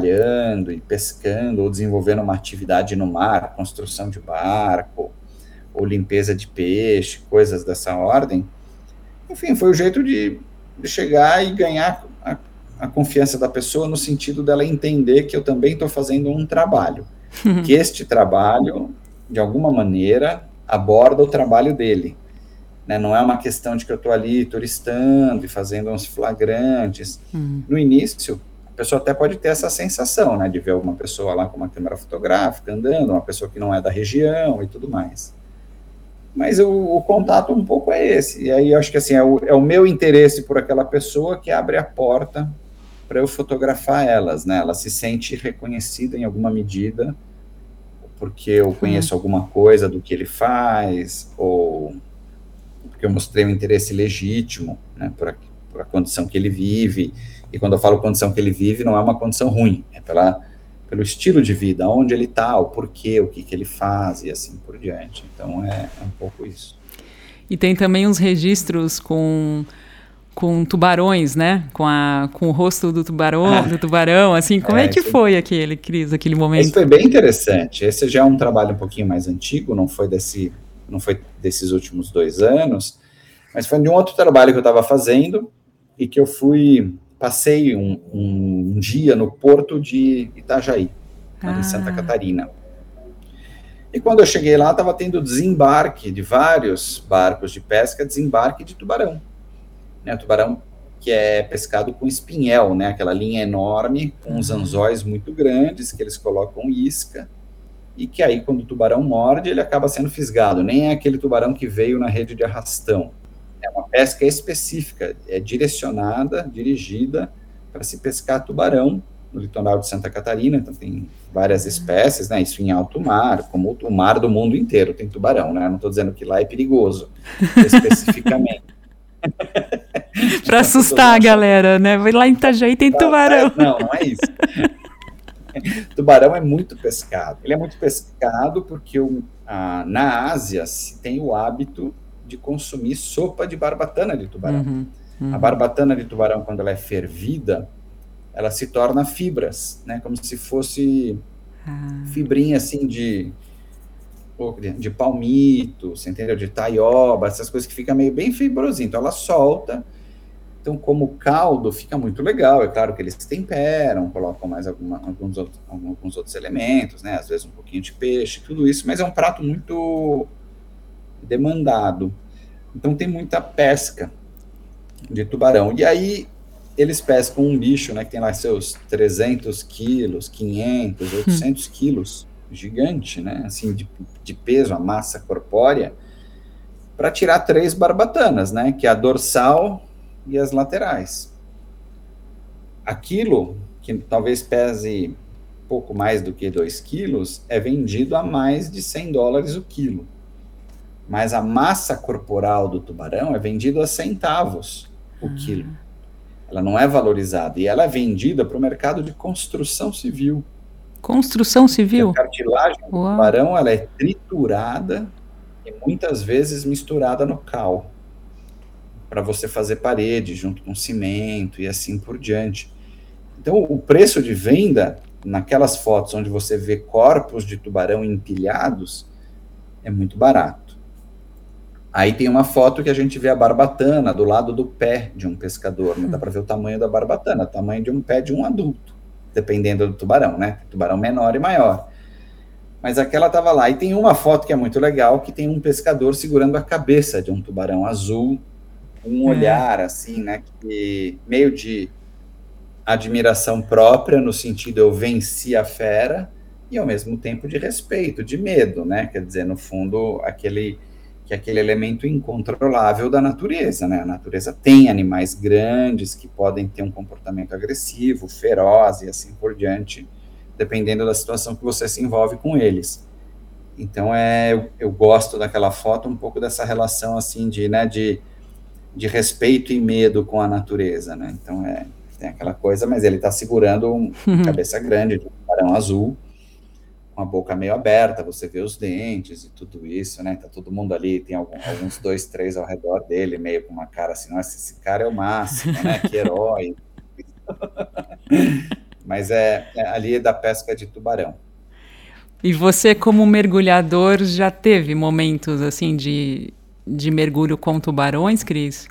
trabalhando e pescando, ou desenvolvendo uma atividade no mar, construção de barco, ou limpeza de peixe, coisas dessa ordem. Enfim, foi o jeito de chegar e ganhar a confiança da pessoa, no sentido dela entender que eu também estou fazendo um trabalho, que este trabalho, de alguma maneira, aborda o trabalho dele, né? Não é uma questão de que eu estou ali turistando e fazendo uns flagrantes. No início, a pessoa até pode ter essa sensação, né, de ver uma pessoa lá com uma câmera fotográfica andando, uma pessoa que não é da região e tudo mais. Mas o contato um pouco é esse. E aí eu acho que assim, é o meu interesse por aquela pessoa que abre a porta para eu fotografar elas, né? Ela se sente reconhecida em alguma medida, porque eu conheço alguma coisa do que ele faz, ou porque eu mostrei um interesse legítimo, né, por a condição que ele vive. E quando eu falo condição que ele vive, não é uma condição ruim, é pelo estilo de vida, onde ele está, o porquê, o que ele faz e assim por diante. Então é um pouco isso. E tem também uns registros com tubarões, né? Com o rosto do tubarão, assim. Como é que foi aquele, Cris, aquele momento? Isso foi bem interessante. Esse já é um trabalho um pouquinho mais antigo, não foi desses últimos 2 anos, mas foi de um outro trabalho que eu estava fazendo e que eu passei um dia no porto de Itajaí, em Santa Catarina. E quando eu cheguei lá, estava tendo desembarque de vários barcos de pesca, desembarque de tubarão. Né, tubarão que é pescado com espinhel, né, aquela linha enorme, com uns anzóis muito grandes, que eles colocam isca, e que aí, quando o tubarão morde, ele acaba sendo fisgado. Nem é aquele tubarão que veio na rede de arrastão. É uma pesca específica, é direcionada, dirigida para se pescar tubarão no litoral de Santa Catarina. Então tem várias espécies, né? Isso em alto mar, como o mar do mundo inteiro tem tubarão, né? Não estou dizendo que lá é perigoso, especificamente. Para assustar a galera, né? Vai lá em Itajaí tem tubarão. Não é isso. Tubarão é muito pescado. Ele é muito pescado porque na Ásia se tem o hábito de consumir sopa de barbatana de tubarão. A barbatana de tubarão, quando ela é fervida, ela se torna fibras, né? Como se fosse fibrinha assim de palmito, você entendeu? De taioba, essas coisas que ficam meio bem fibrosinho. Então ela solta. Então, como caldo, fica muito legal. É claro que eles temperam, colocam mais alguns outros elementos, né? Às vezes um pouquinho de peixe, tudo isso, mas é um prato muito demandado. Então, tem muita pesca de tubarão. E aí, eles pescam um bicho, né, que tem lá seus 300 quilos, 500, 800 quilos, gigante, né? Assim, de peso, a massa corpórea, para tirar 3 barbatanas, né? Que é a dorsal e as laterais. Aquilo, que talvez pese pouco mais do que 2 quilos, é vendido a mais de $100 o quilo. Mas a massa corporal do tubarão é vendida a centavos o quilo. Ela não é valorizada. E ela é vendida para o mercado de construção civil. Construção civil? A cartilagem do tubarão, ela é triturada e muitas vezes misturada no cal, para você fazer parede junto com cimento e assim por diante. Então, o preço de venda, naquelas fotos onde você vê corpos de tubarão empilhados, é muito barato. Aí tem uma foto que a gente vê a barbatana do lado do pé de um pescador, né? Dá para ver o tamanho da barbatana, o tamanho de um pé de um adulto, dependendo do tubarão, né? Tubarão menor e maior. Mas aquela estava lá. E tem uma foto que é muito legal, que tem um pescador segurando a cabeça de um tubarão azul, um olhar assim, né, que meio de admiração própria, no sentido eu venci a fera, e ao mesmo tempo de respeito, de medo, né, quer dizer, no fundo, aquele elemento incontrolável da natureza, né, a natureza tem animais grandes que podem ter um comportamento agressivo, feroz e assim por diante, dependendo da situação que você se envolve com eles. Então, eu gosto daquela foto, um pouco dessa relação assim de respeito e medo com a natureza, né? Então, tem aquela coisa, mas ele está segurando uma cabeça grande de um tubarão azul, com a boca meio aberta, você vê os dentes e tudo isso, né? Tá todo mundo ali, tem alguns 2, 3 ao redor dele, meio com uma cara assim, nossa, esse cara é o máximo, né? Que herói. Mas ali é da pesca de tubarão. E você, como mergulhador, já teve momentos assim de mergulho com tubarões, Cris?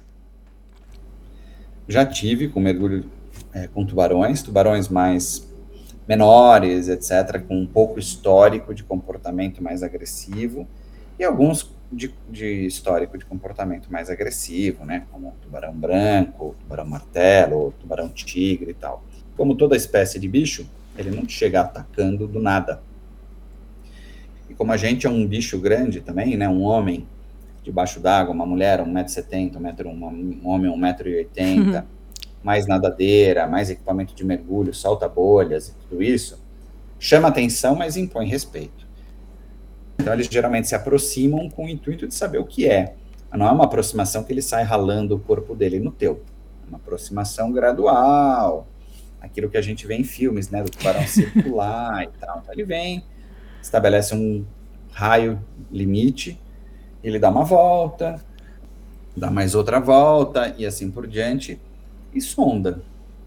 Já tive com mergulho com tubarões mais menores, etc., com um pouco histórico de comportamento mais agressivo, e alguns de histórico de comportamento mais agressivo, né, como tubarão branco, tubarão martelo, tubarão tigre e tal. Como toda espécie de bicho, ele não chega atacando do nada. E como a gente é um bicho grande também, né, um homem debaixo d'água, uma mulher 1,70 m, um homem 1,80 m, mais nadadeira, mais equipamento de mergulho, solta bolhas e tudo isso, chama atenção, mas impõe respeito. Então eles geralmente se aproximam com o intuito de saber o que é. Não é uma aproximação que ele sai ralando o corpo dele no teu. É uma aproximação gradual, aquilo que a gente vê em filmes, né, do tubarão circular e tal. Então ele vem, estabelece um raio limite, ele dá uma volta, dá mais outra volta e assim por diante, e sonda.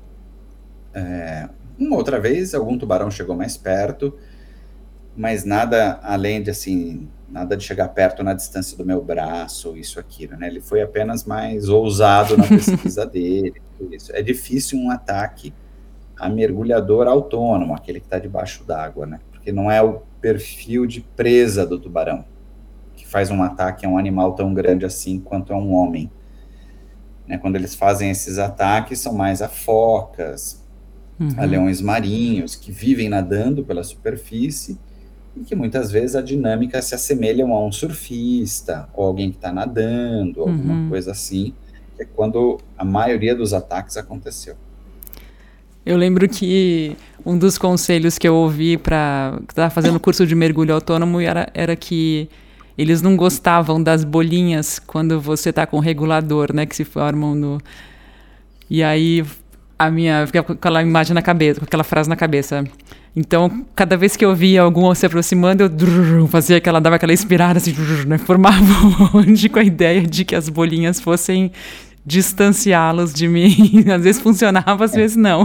Uma outra vez, algum tubarão chegou mais perto, mas nada além de, assim, nada de chegar perto na distância do meu braço, isso, aquilo, né? Ele foi apenas mais ousado na pesquisa dele, tudo isso. É difícil um ataque a mergulhador autônomo, aquele que está debaixo d'água, né? Porque não é o perfil de presa do tubarão que faz um ataque a um animal tão grande assim quanto a um homem. Né? Quando eles fazem esses ataques, são mais a focas, a leões marinhos, que vivem nadando pela superfície e que muitas vezes a dinâmica se assemelha a um surfista, ou alguém que está nadando, alguma coisa assim, que é quando a maioria dos ataques aconteceu. Eu lembro que um dos conselhos que eu ouvi para estar fazendo curso de mergulho autônomo era que eles não gostavam das bolinhas quando você está com o regulador, né, que se formam no... E aí fica com aquela imagem na cabeça, com aquela frase na cabeça. Então, cada vez que eu via algum se aproximando, eu fazia dava aquela inspirada, assim, né, formava onde com a ideia de que as bolinhas fossem distanciá-los de mim. Às vezes funcionava, às vezes não.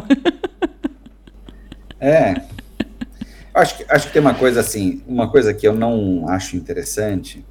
Acho que tem uma coisa assim, uma coisa que eu não acho interessante,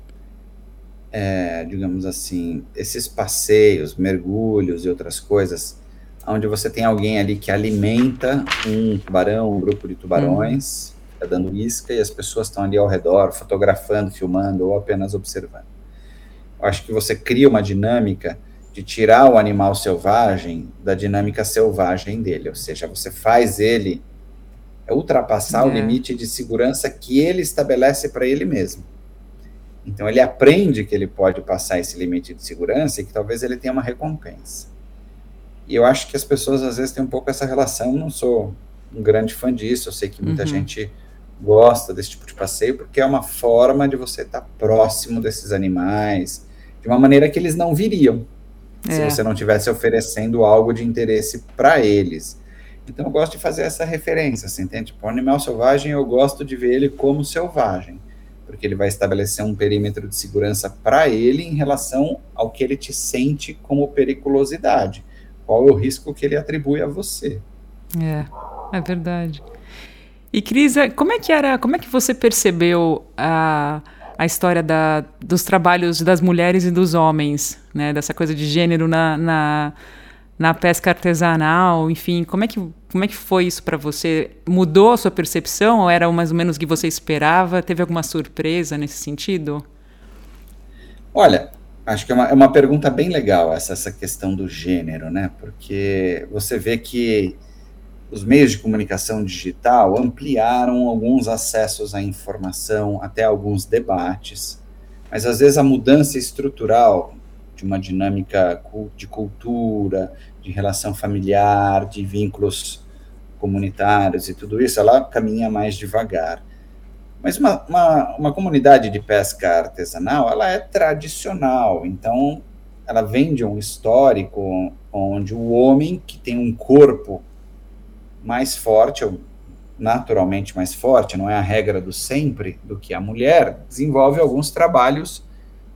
digamos assim, esses passeios, mergulhos e outras coisas, onde você tem alguém ali que alimenta um tubarão, um grupo de tubarões, tá dando isca, e as pessoas estão ali ao redor, fotografando, filmando, ou apenas observando. Eu acho que você cria uma dinâmica de tirar o animal selvagem da dinâmica selvagem dele, ou seja, você faz ele ultrapassar o limite de segurança que ele estabelece para ele mesmo. Então ele aprende que ele pode passar esse limite de segurança e que talvez ele tenha uma recompensa. E eu acho que as pessoas às vezes têm um pouco essa relação, eu não sou um grande fã disso, eu sei que muita gente gosta desse tipo de passeio, porque é uma forma de você estar próximo desses animais, de uma maneira que eles não viriam, se você não estivesse oferecendo algo de interesse para eles. Então eu gosto de fazer essa referência, assim, entende? Tipo, o animal selvagem, eu gosto de ver ele como selvagem, porque ele vai estabelecer um perímetro de segurança para ele em relação ao que ele te sente como periculosidade. Qual é o risco que ele atribui a você? É verdade. E Cris, como é que você percebeu a história dos trabalhos das mulheres e dos homens, né? Dessa coisa de gênero na pesca artesanal, enfim, como é que foi isso para você? Mudou a sua percepção ou era mais ou menos o que você esperava? Teve alguma surpresa nesse sentido? Olha, acho que é uma pergunta bem legal essa questão do gênero, né? Porque você vê que os meios de comunicação digital ampliaram alguns acessos à informação, até alguns debates, mas às vezes a mudança estrutural de uma dinâmica de cultura, de relação familiar, de vínculos comunitários e tudo isso, ela caminha mais devagar. Mas uma comunidade de pesca artesanal, ela é tradicional, então ela vem de um histórico onde o homem, que tem um corpo mais forte, ou naturalmente mais forte, não é a regra do sempre, do que a mulher, desenvolve alguns trabalhos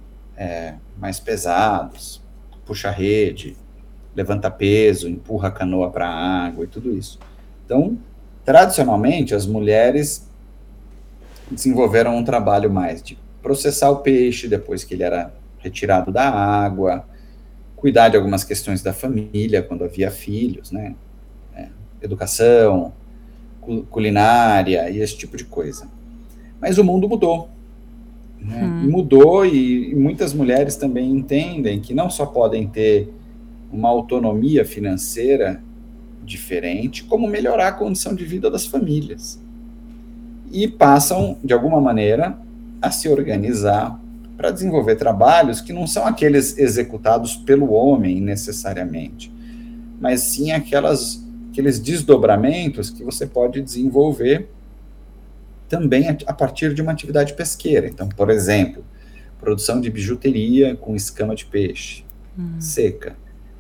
mais pesados, puxa rede, levanta peso, empurra a canoa para a água e tudo isso. Então, tradicionalmente, as mulheres desenvolveram um trabalho mais de processar o peixe depois que ele era retirado da água, cuidar de algumas questões da família quando havia filhos, né? Educação, culinária e esse tipo de coisa. Mas o mundo mudou, né? Mudou e muitas mulheres também entendem que não só podem ter uma autonomia financeira diferente, como melhorar a condição de vida das famílias. E passam, de alguma maneira, a se organizar para desenvolver trabalhos que não são aqueles executados pelo homem necessariamente, mas sim aqueles desdobramentos que você pode desenvolver também a partir de uma atividade pesqueira. Então, por exemplo, produção de bijuteria com escama de peixe seca,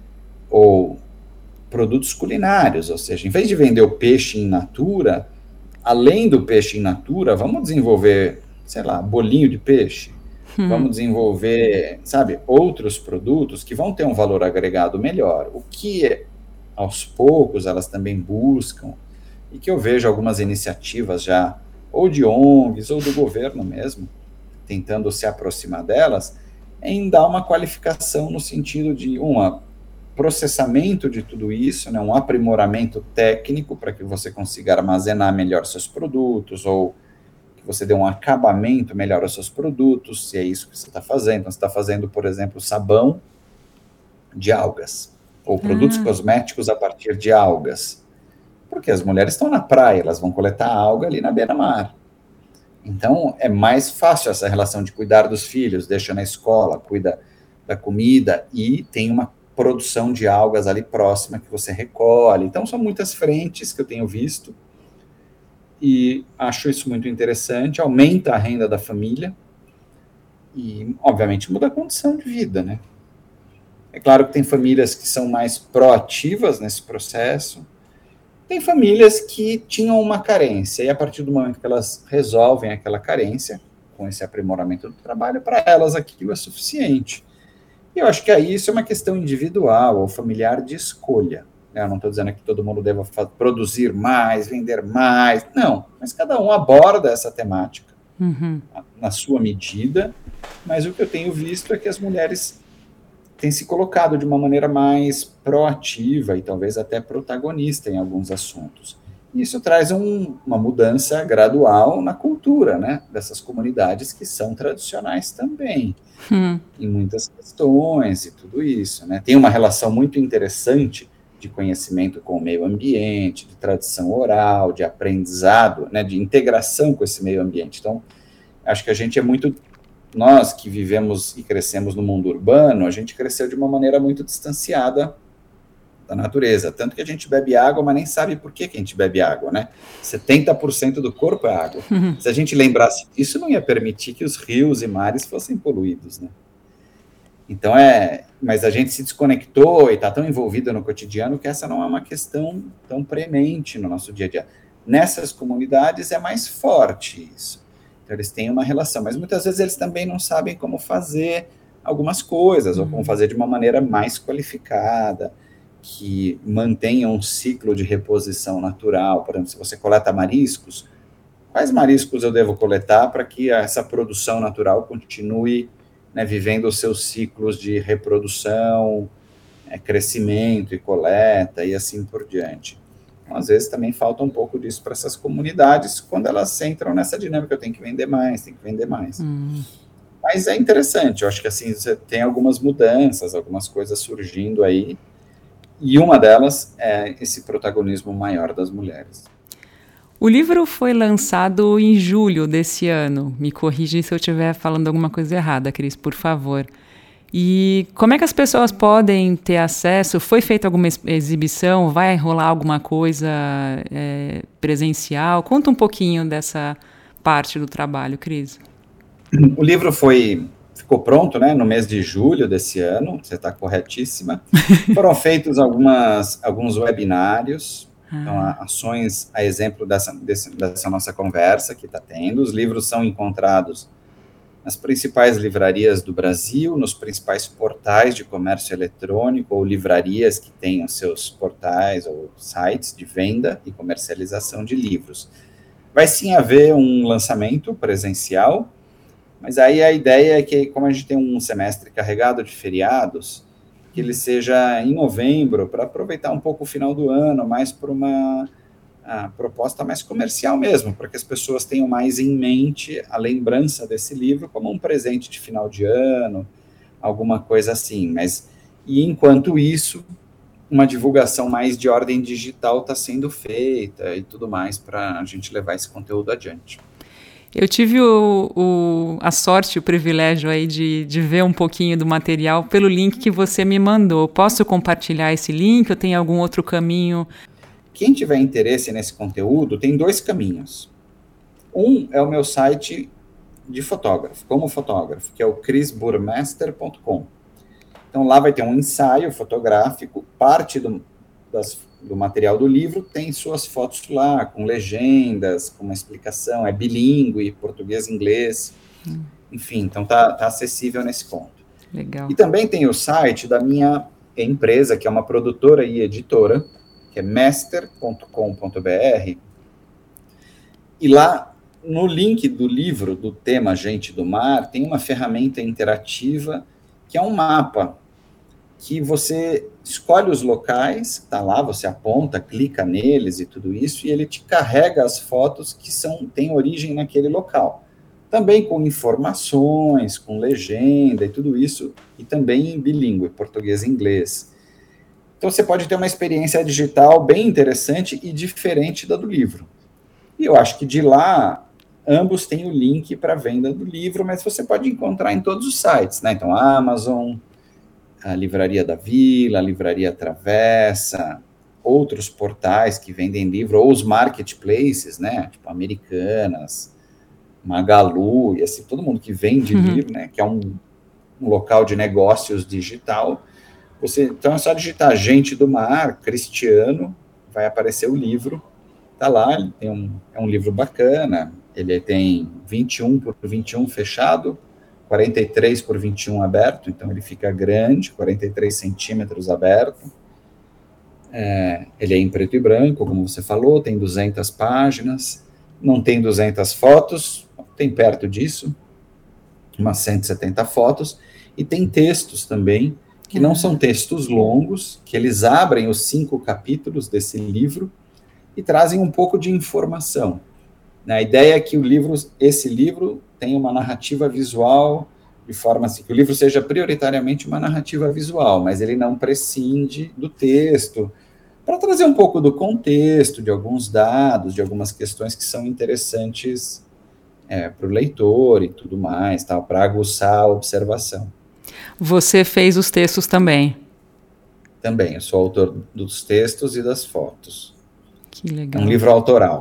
ou produtos culinários, ou seja, em vez de vender o peixe in natura, além do peixe in natura, vamos desenvolver, sei lá, bolinho de peixe, vamos desenvolver, sabe, outros produtos que vão ter um valor agregado melhor, o que aos poucos elas também buscam, e que eu vejo algumas iniciativas já, ou de ONGs, ou do governo mesmo, tentando se aproximar delas, em dar uma qualificação no sentido de processamento de tudo isso, né, um aprimoramento técnico para que você consiga armazenar melhor seus produtos, ou que você dê um acabamento melhor aos seus produtos, se é isso que você está fazendo. Então, você está fazendo, por exemplo, sabão de algas, ou produtos cosméticos a partir de algas, porque as mulheres estão na praia, elas vão coletar alga ali na beira-mar. Então, é mais fácil essa relação de cuidar dos filhos, deixa na escola, cuida da comida, e tem uma produção de algas ali próxima que você recolhe. Então, são muitas frentes que eu tenho visto, e acho isso muito interessante, aumenta a renda da família, e, obviamente, muda a condição de vida, né? É claro que tem famílias que são mais proativas nesse processo, tem famílias que tinham uma carência, e a partir do momento que elas resolvem aquela carência, com esse aprimoramento do trabalho, para elas aquilo é suficiente. E eu acho que aí isso é uma questão individual ou familiar de escolha. Eu não estou dizendo que todo mundo deva produzir mais, vender mais, não. Mas cada um aborda essa temática na sua medida, mas o que eu tenho visto é que as mulheres têm se colocado de uma maneira mais proativa e talvez até protagonista em alguns assuntos. Isso traz uma mudança gradual na cultura, né, dessas comunidades que são tradicionais também, em muitas questões e tudo isso, né. Tem uma relação muito interessante de conhecimento com o meio ambiente, de tradição oral, de aprendizado, né, de integração com esse meio ambiente. Então, acho que a gente é muito... Nós que vivemos e crescemos no mundo urbano, a gente cresceu de uma maneira muito distanciada da natureza, tanto que a gente bebe água, mas nem sabe por que a gente bebe água, né? 70% do corpo é água. Se a gente lembrasse disso, não ia permitir que os rios e mares fossem poluídos, né? Então, mas a gente se desconectou e está tão envolvido no cotidiano que essa não é uma questão tão premente no nosso dia a dia. Nessas comunidades é mais forte isso. Então, eles têm uma relação, mas muitas vezes eles também não sabem como fazer algumas coisas, ou como fazer de uma maneira mais qualificada, que mantenha um ciclo de reposição natural. Por exemplo, se você coleta mariscos, quais mariscos eu devo coletar para que essa produção natural continue, né, vivendo os seus ciclos de reprodução, crescimento e coleta, e assim por diante. Então, às vezes também falta um pouco disso para essas comunidades, quando elas entram nessa dinâmica, eu tenho que vender mais, Mas é interessante, eu acho que assim, você tem algumas mudanças, algumas coisas surgindo aí, e uma delas é esse protagonismo maior das mulheres. O livro foi lançado em julho desse ano. Me corrige se eu estiver falando alguma coisa errada, Cris, por favor. E como é que as pessoas podem ter acesso? Foi feita alguma exibição? Vai rolar alguma coisa presencial? Conta um pouquinho dessa parte do trabalho, Cris. O livro ficou pronto, né, no mês de julho desse ano, você está corretíssima. Foram feitos alguns webinários, então, ações a exemplo dessa nossa conversa que está tendo. Os livros são encontrados nas principais livrarias do Brasil, nos principais portais de comércio eletrônico, ou livrarias que tenham seus portais ou sites de venda e comercialização de livros. Vai sim haver um lançamento presencial, mas aí a ideia é que, como a gente tem um semestre carregado de feriados, que ele seja em novembro, para aproveitar um pouco o final do ano, mais por uma proposta mais comercial mesmo, para que as pessoas tenham mais em mente a lembrança desse livro como um presente de final de ano, alguma coisa assim. E enquanto isso, uma divulgação mais de ordem digital está sendo feita e tudo mais para a gente levar esse conteúdo adiante. Eu tive a sorte, o privilégio aí de ver um pouquinho do material pelo link que você me mandou. Posso compartilhar esse link ou tem algum outro caminho? Quem tiver interesse nesse conteúdo, tem 2 caminhos. Um é o meu site de fotógrafo, como fotógrafo, que é o chrisburmester.com. Então, lá vai ter um ensaio fotográfico, parte do material do livro tem suas fotos lá, com legendas, com uma explicação, é bilíngue, português e inglês, enfim, então tá acessível nesse ponto. Legal. E também tem o site da minha empresa, que é uma produtora e editora, que é mester.com.br, e lá, no link do livro, do tema Gente do Mar, tem uma ferramenta interativa, que é um mapa, que você escolhe os locais, tá lá, você aponta, clica neles e tudo isso, e ele te carrega as fotos que têm origem naquele local. Também com informações, com legenda e tudo isso, e também em bilíngue, português e inglês. Então você pode ter uma experiência digital bem interessante e diferente da do livro. E eu acho que de lá, ambos têm o link para venda do livro, mas você pode encontrar em todos os sites, né? Então, a Amazon, a Livraria da Vila, a Livraria Travessa, outros portais que vendem livro, ou os marketplaces, né? Tipo Americanas, Magalu, e assim, todo mundo que vende livro, né? Que é um local de negócios digital. Então é só digitar Gente do Mar, Cristiano, vai aparecer o livro. Tá lá, ele tem é um livro bacana, ele tem 21 por 21 fechado, 43 por 21 aberto, então ele fica grande, 43 centímetros aberto. Ele é em preto e branco, como você falou, tem 200 páginas, não tem 200 fotos, tem perto disso, umas 170 fotos, e tem textos também, que não são textos longos, que eles abrem os 5 capítulos desse livro, e trazem um pouco de informação. A ideia é que esse livro tenha uma narrativa visual, de forma assim, que o livro seja prioritariamente uma narrativa visual, mas ele não prescinde do texto, para trazer um pouco do contexto, de alguns dados, de algumas questões que são interessantes para o leitor e tudo mais, para aguçar a observação. Você fez os textos também? Também, eu sou autor dos textos e das fotos. Que legal. É um livro autoral.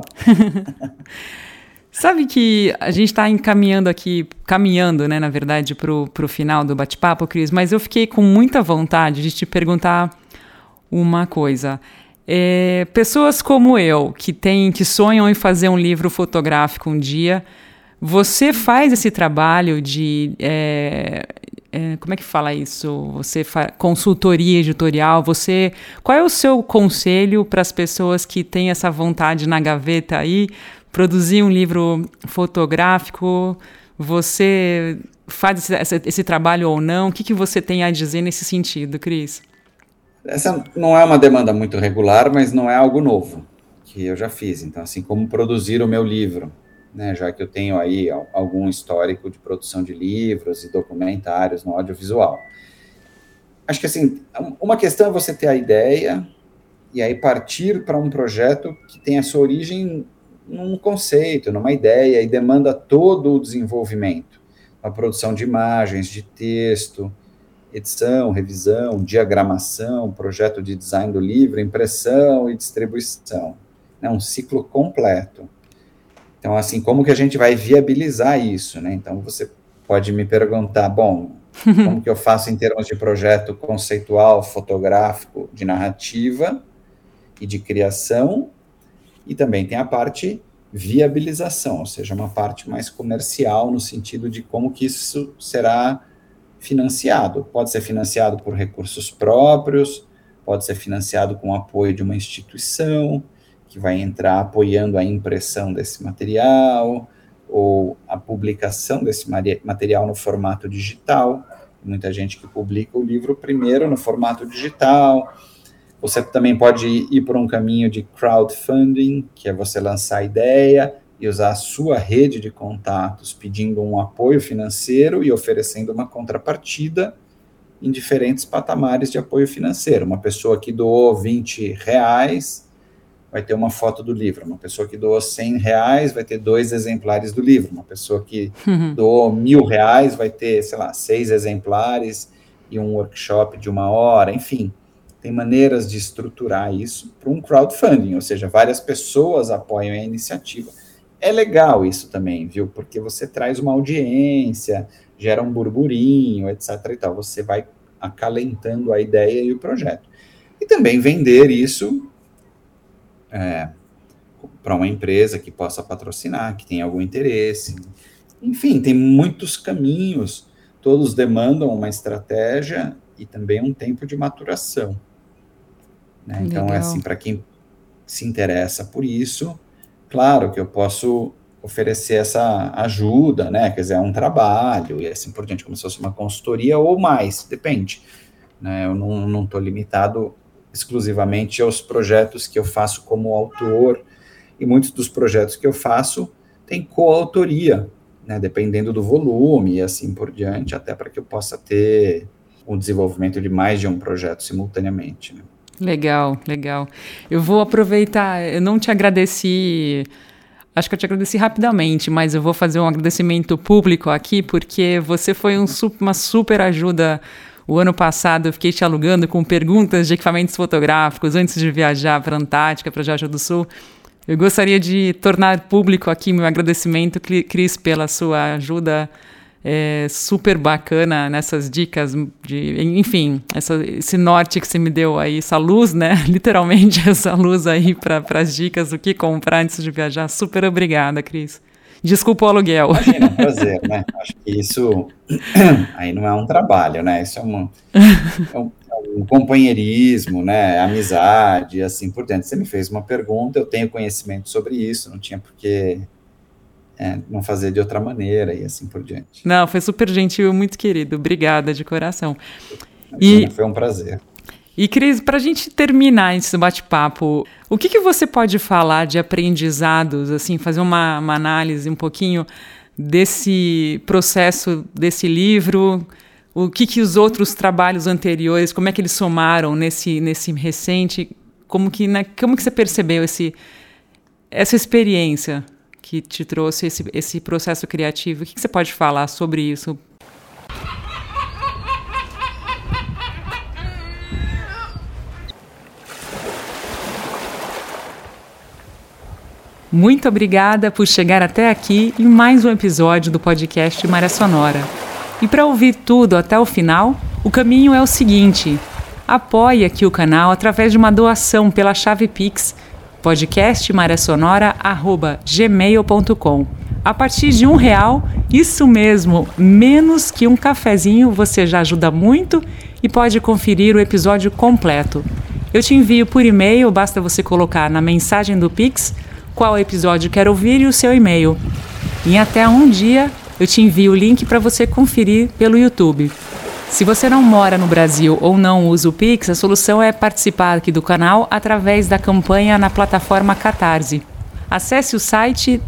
Sabe que a gente está caminhando, né, na verdade, para o final do bate-papo, Cris, mas eu fiquei com muita vontade de te perguntar uma coisa. Pessoas como eu, que sonham em fazer um livro fotográfico um dia, você faz esse trabalho de... como é que fala isso? Você faz consultoria editorial? Qual é o seu conselho para as pessoas que têm essa vontade na gaveta aí, produzir um livro fotográfico? Você faz esse trabalho ou não? O que você tem a dizer nesse sentido, Cris? Essa não é uma demanda muito regular, mas não é algo novo, que eu já fiz. Então, assim, como produzir o meu livro, né, já que eu tenho aí algum histórico de produção de livros e documentários no audiovisual. Acho que, assim, uma questão é você ter a ideia e aí partir para um projeto que tem a sua origem num conceito, numa ideia, e demanda todo o desenvolvimento. A produção de imagens, de texto, edição, revisão, diagramação, projeto de design do livro, impressão e distribuição. É um ciclo completo. Então, assim, como que a gente vai viabilizar isso, né? Então, você pode me perguntar, bom, como que eu faço em termos de projeto conceitual, fotográfico, de narrativa e de criação, e também tem a parte viabilização, ou seja, uma parte mais comercial no sentido de como que isso será financiado. Pode ser financiado por recursos próprios, pode ser financiado com o apoio de uma instituição, que vai entrar apoiando a impressão desse material ou a publicação desse material no formato digital. Muita gente que publica o livro primeiro no formato digital. Você também pode ir por um caminho de crowdfunding, que é você lançar a ideia e usar a sua rede de contatos pedindo um apoio financeiro e oferecendo uma contrapartida em diferentes patamares de apoio financeiro. Uma pessoa que doou R$20 vai ter uma foto do livro. Uma pessoa que doou R$100 vai ter 2 exemplares do livro. Uma pessoa que doou R$1.000 vai ter, 6 exemplares e um workshop de 1 hora, enfim. Tem maneiras de estruturar isso para um crowdfunding, ou seja, várias pessoas apoiam a iniciativa. É legal isso também, viu? Porque você traz uma audiência, gera um burburinho, etc. e tal. Você vai acalentando a ideia e o projeto. E também vender isso para uma empresa que possa patrocinar, que tenha algum interesse. Enfim, tem muitos caminhos, todos demandam uma estratégia e também um tempo de maturação. Né? Então, é assim, para quem se interessa por isso, claro que eu posso oferecer essa ajuda, né? Quer dizer, é um trabalho e assim por diante, como se fosse uma consultoria ou mais, depende. Né? Eu não estou limitado exclusivamente aos projetos que eu faço como autor, e muitos dos projetos que eu faço têm coautoria, né? Dependendo do volume e assim por diante, até para que eu possa ter o desenvolvimento de mais de um projeto simultaneamente. Né? Legal. Eu vou aproveitar, eu não te agradeci, acho que eu te agradeci rapidamente, mas eu vou fazer um agradecimento público aqui, porque você foi uma super ajuda. O ano passado eu fiquei te alugando com perguntas de equipamentos fotográficos antes de viajar para a Antártica, para Jaraguá do Sul. Eu gostaria de tornar público aqui meu agradecimento, Cris, pela sua ajuda super bacana nessas dicas, enfim, esse norte que você me deu aí, essa luz, né? Literalmente essa luz aí para as dicas do que comprar antes de viajar. Super obrigada, Cris. Desculpa o aluguel. Imagina, é um prazer, né? Acho que isso aí não é um trabalho, né? Isso é um companheirismo, né? Amizade, assim por diante. Você me fez uma pergunta, eu tenho conhecimento sobre isso, não tinha por que não fazer de outra maneira e assim por diante. Não, foi super gentil, muito querido. Obrigada de coração. Foi um prazer. E, Cris, para a gente terminar esse bate-papo, o que você pode falar de aprendizados, assim, fazer uma análise um pouquinho desse processo, desse livro, o que os outros trabalhos anteriores, como é que eles somaram nesse recente, como que você percebeu essa experiência que te trouxe esse processo criativo? O que você pode falar sobre isso? Muito obrigada por chegar até aqui em mais um episódio do podcast Maré Sonora. E para ouvir tudo até o final, o caminho é o seguinte: apoie aqui o canal através de uma doação pela chave Pix, podcastmaresonora@gmail.com. A partir de R$1, isso mesmo, menos que um cafezinho, você já ajuda muito e pode conferir o episódio completo. Eu te envio por e-mail, basta você colocar na mensagem do Pix qual episódio quer ouvir e o seu e-mail. Em até um dia, eu te envio o link para você conferir pelo YouTube. Se você não mora no Brasil ou não usa o Pix, a solução é participar aqui do canal através da campanha na plataforma Catarse. Acesse o site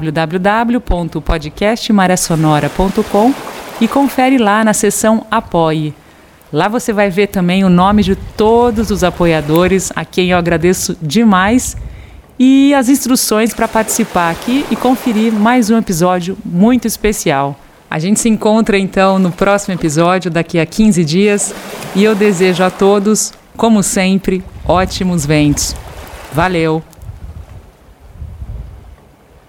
www.podcastmaresonora.com e confere lá na seção Apoie. Lá você vai ver também o nome de todos os apoiadores, a quem eu agradeço demais, e as instruções para participar aqui e conferir mais um episódio muito especial. A gente se encontra então no próximo episódio, daqui a 15 dias, e eu desejo a todos, como sempre, ótimos ventos. Valeu!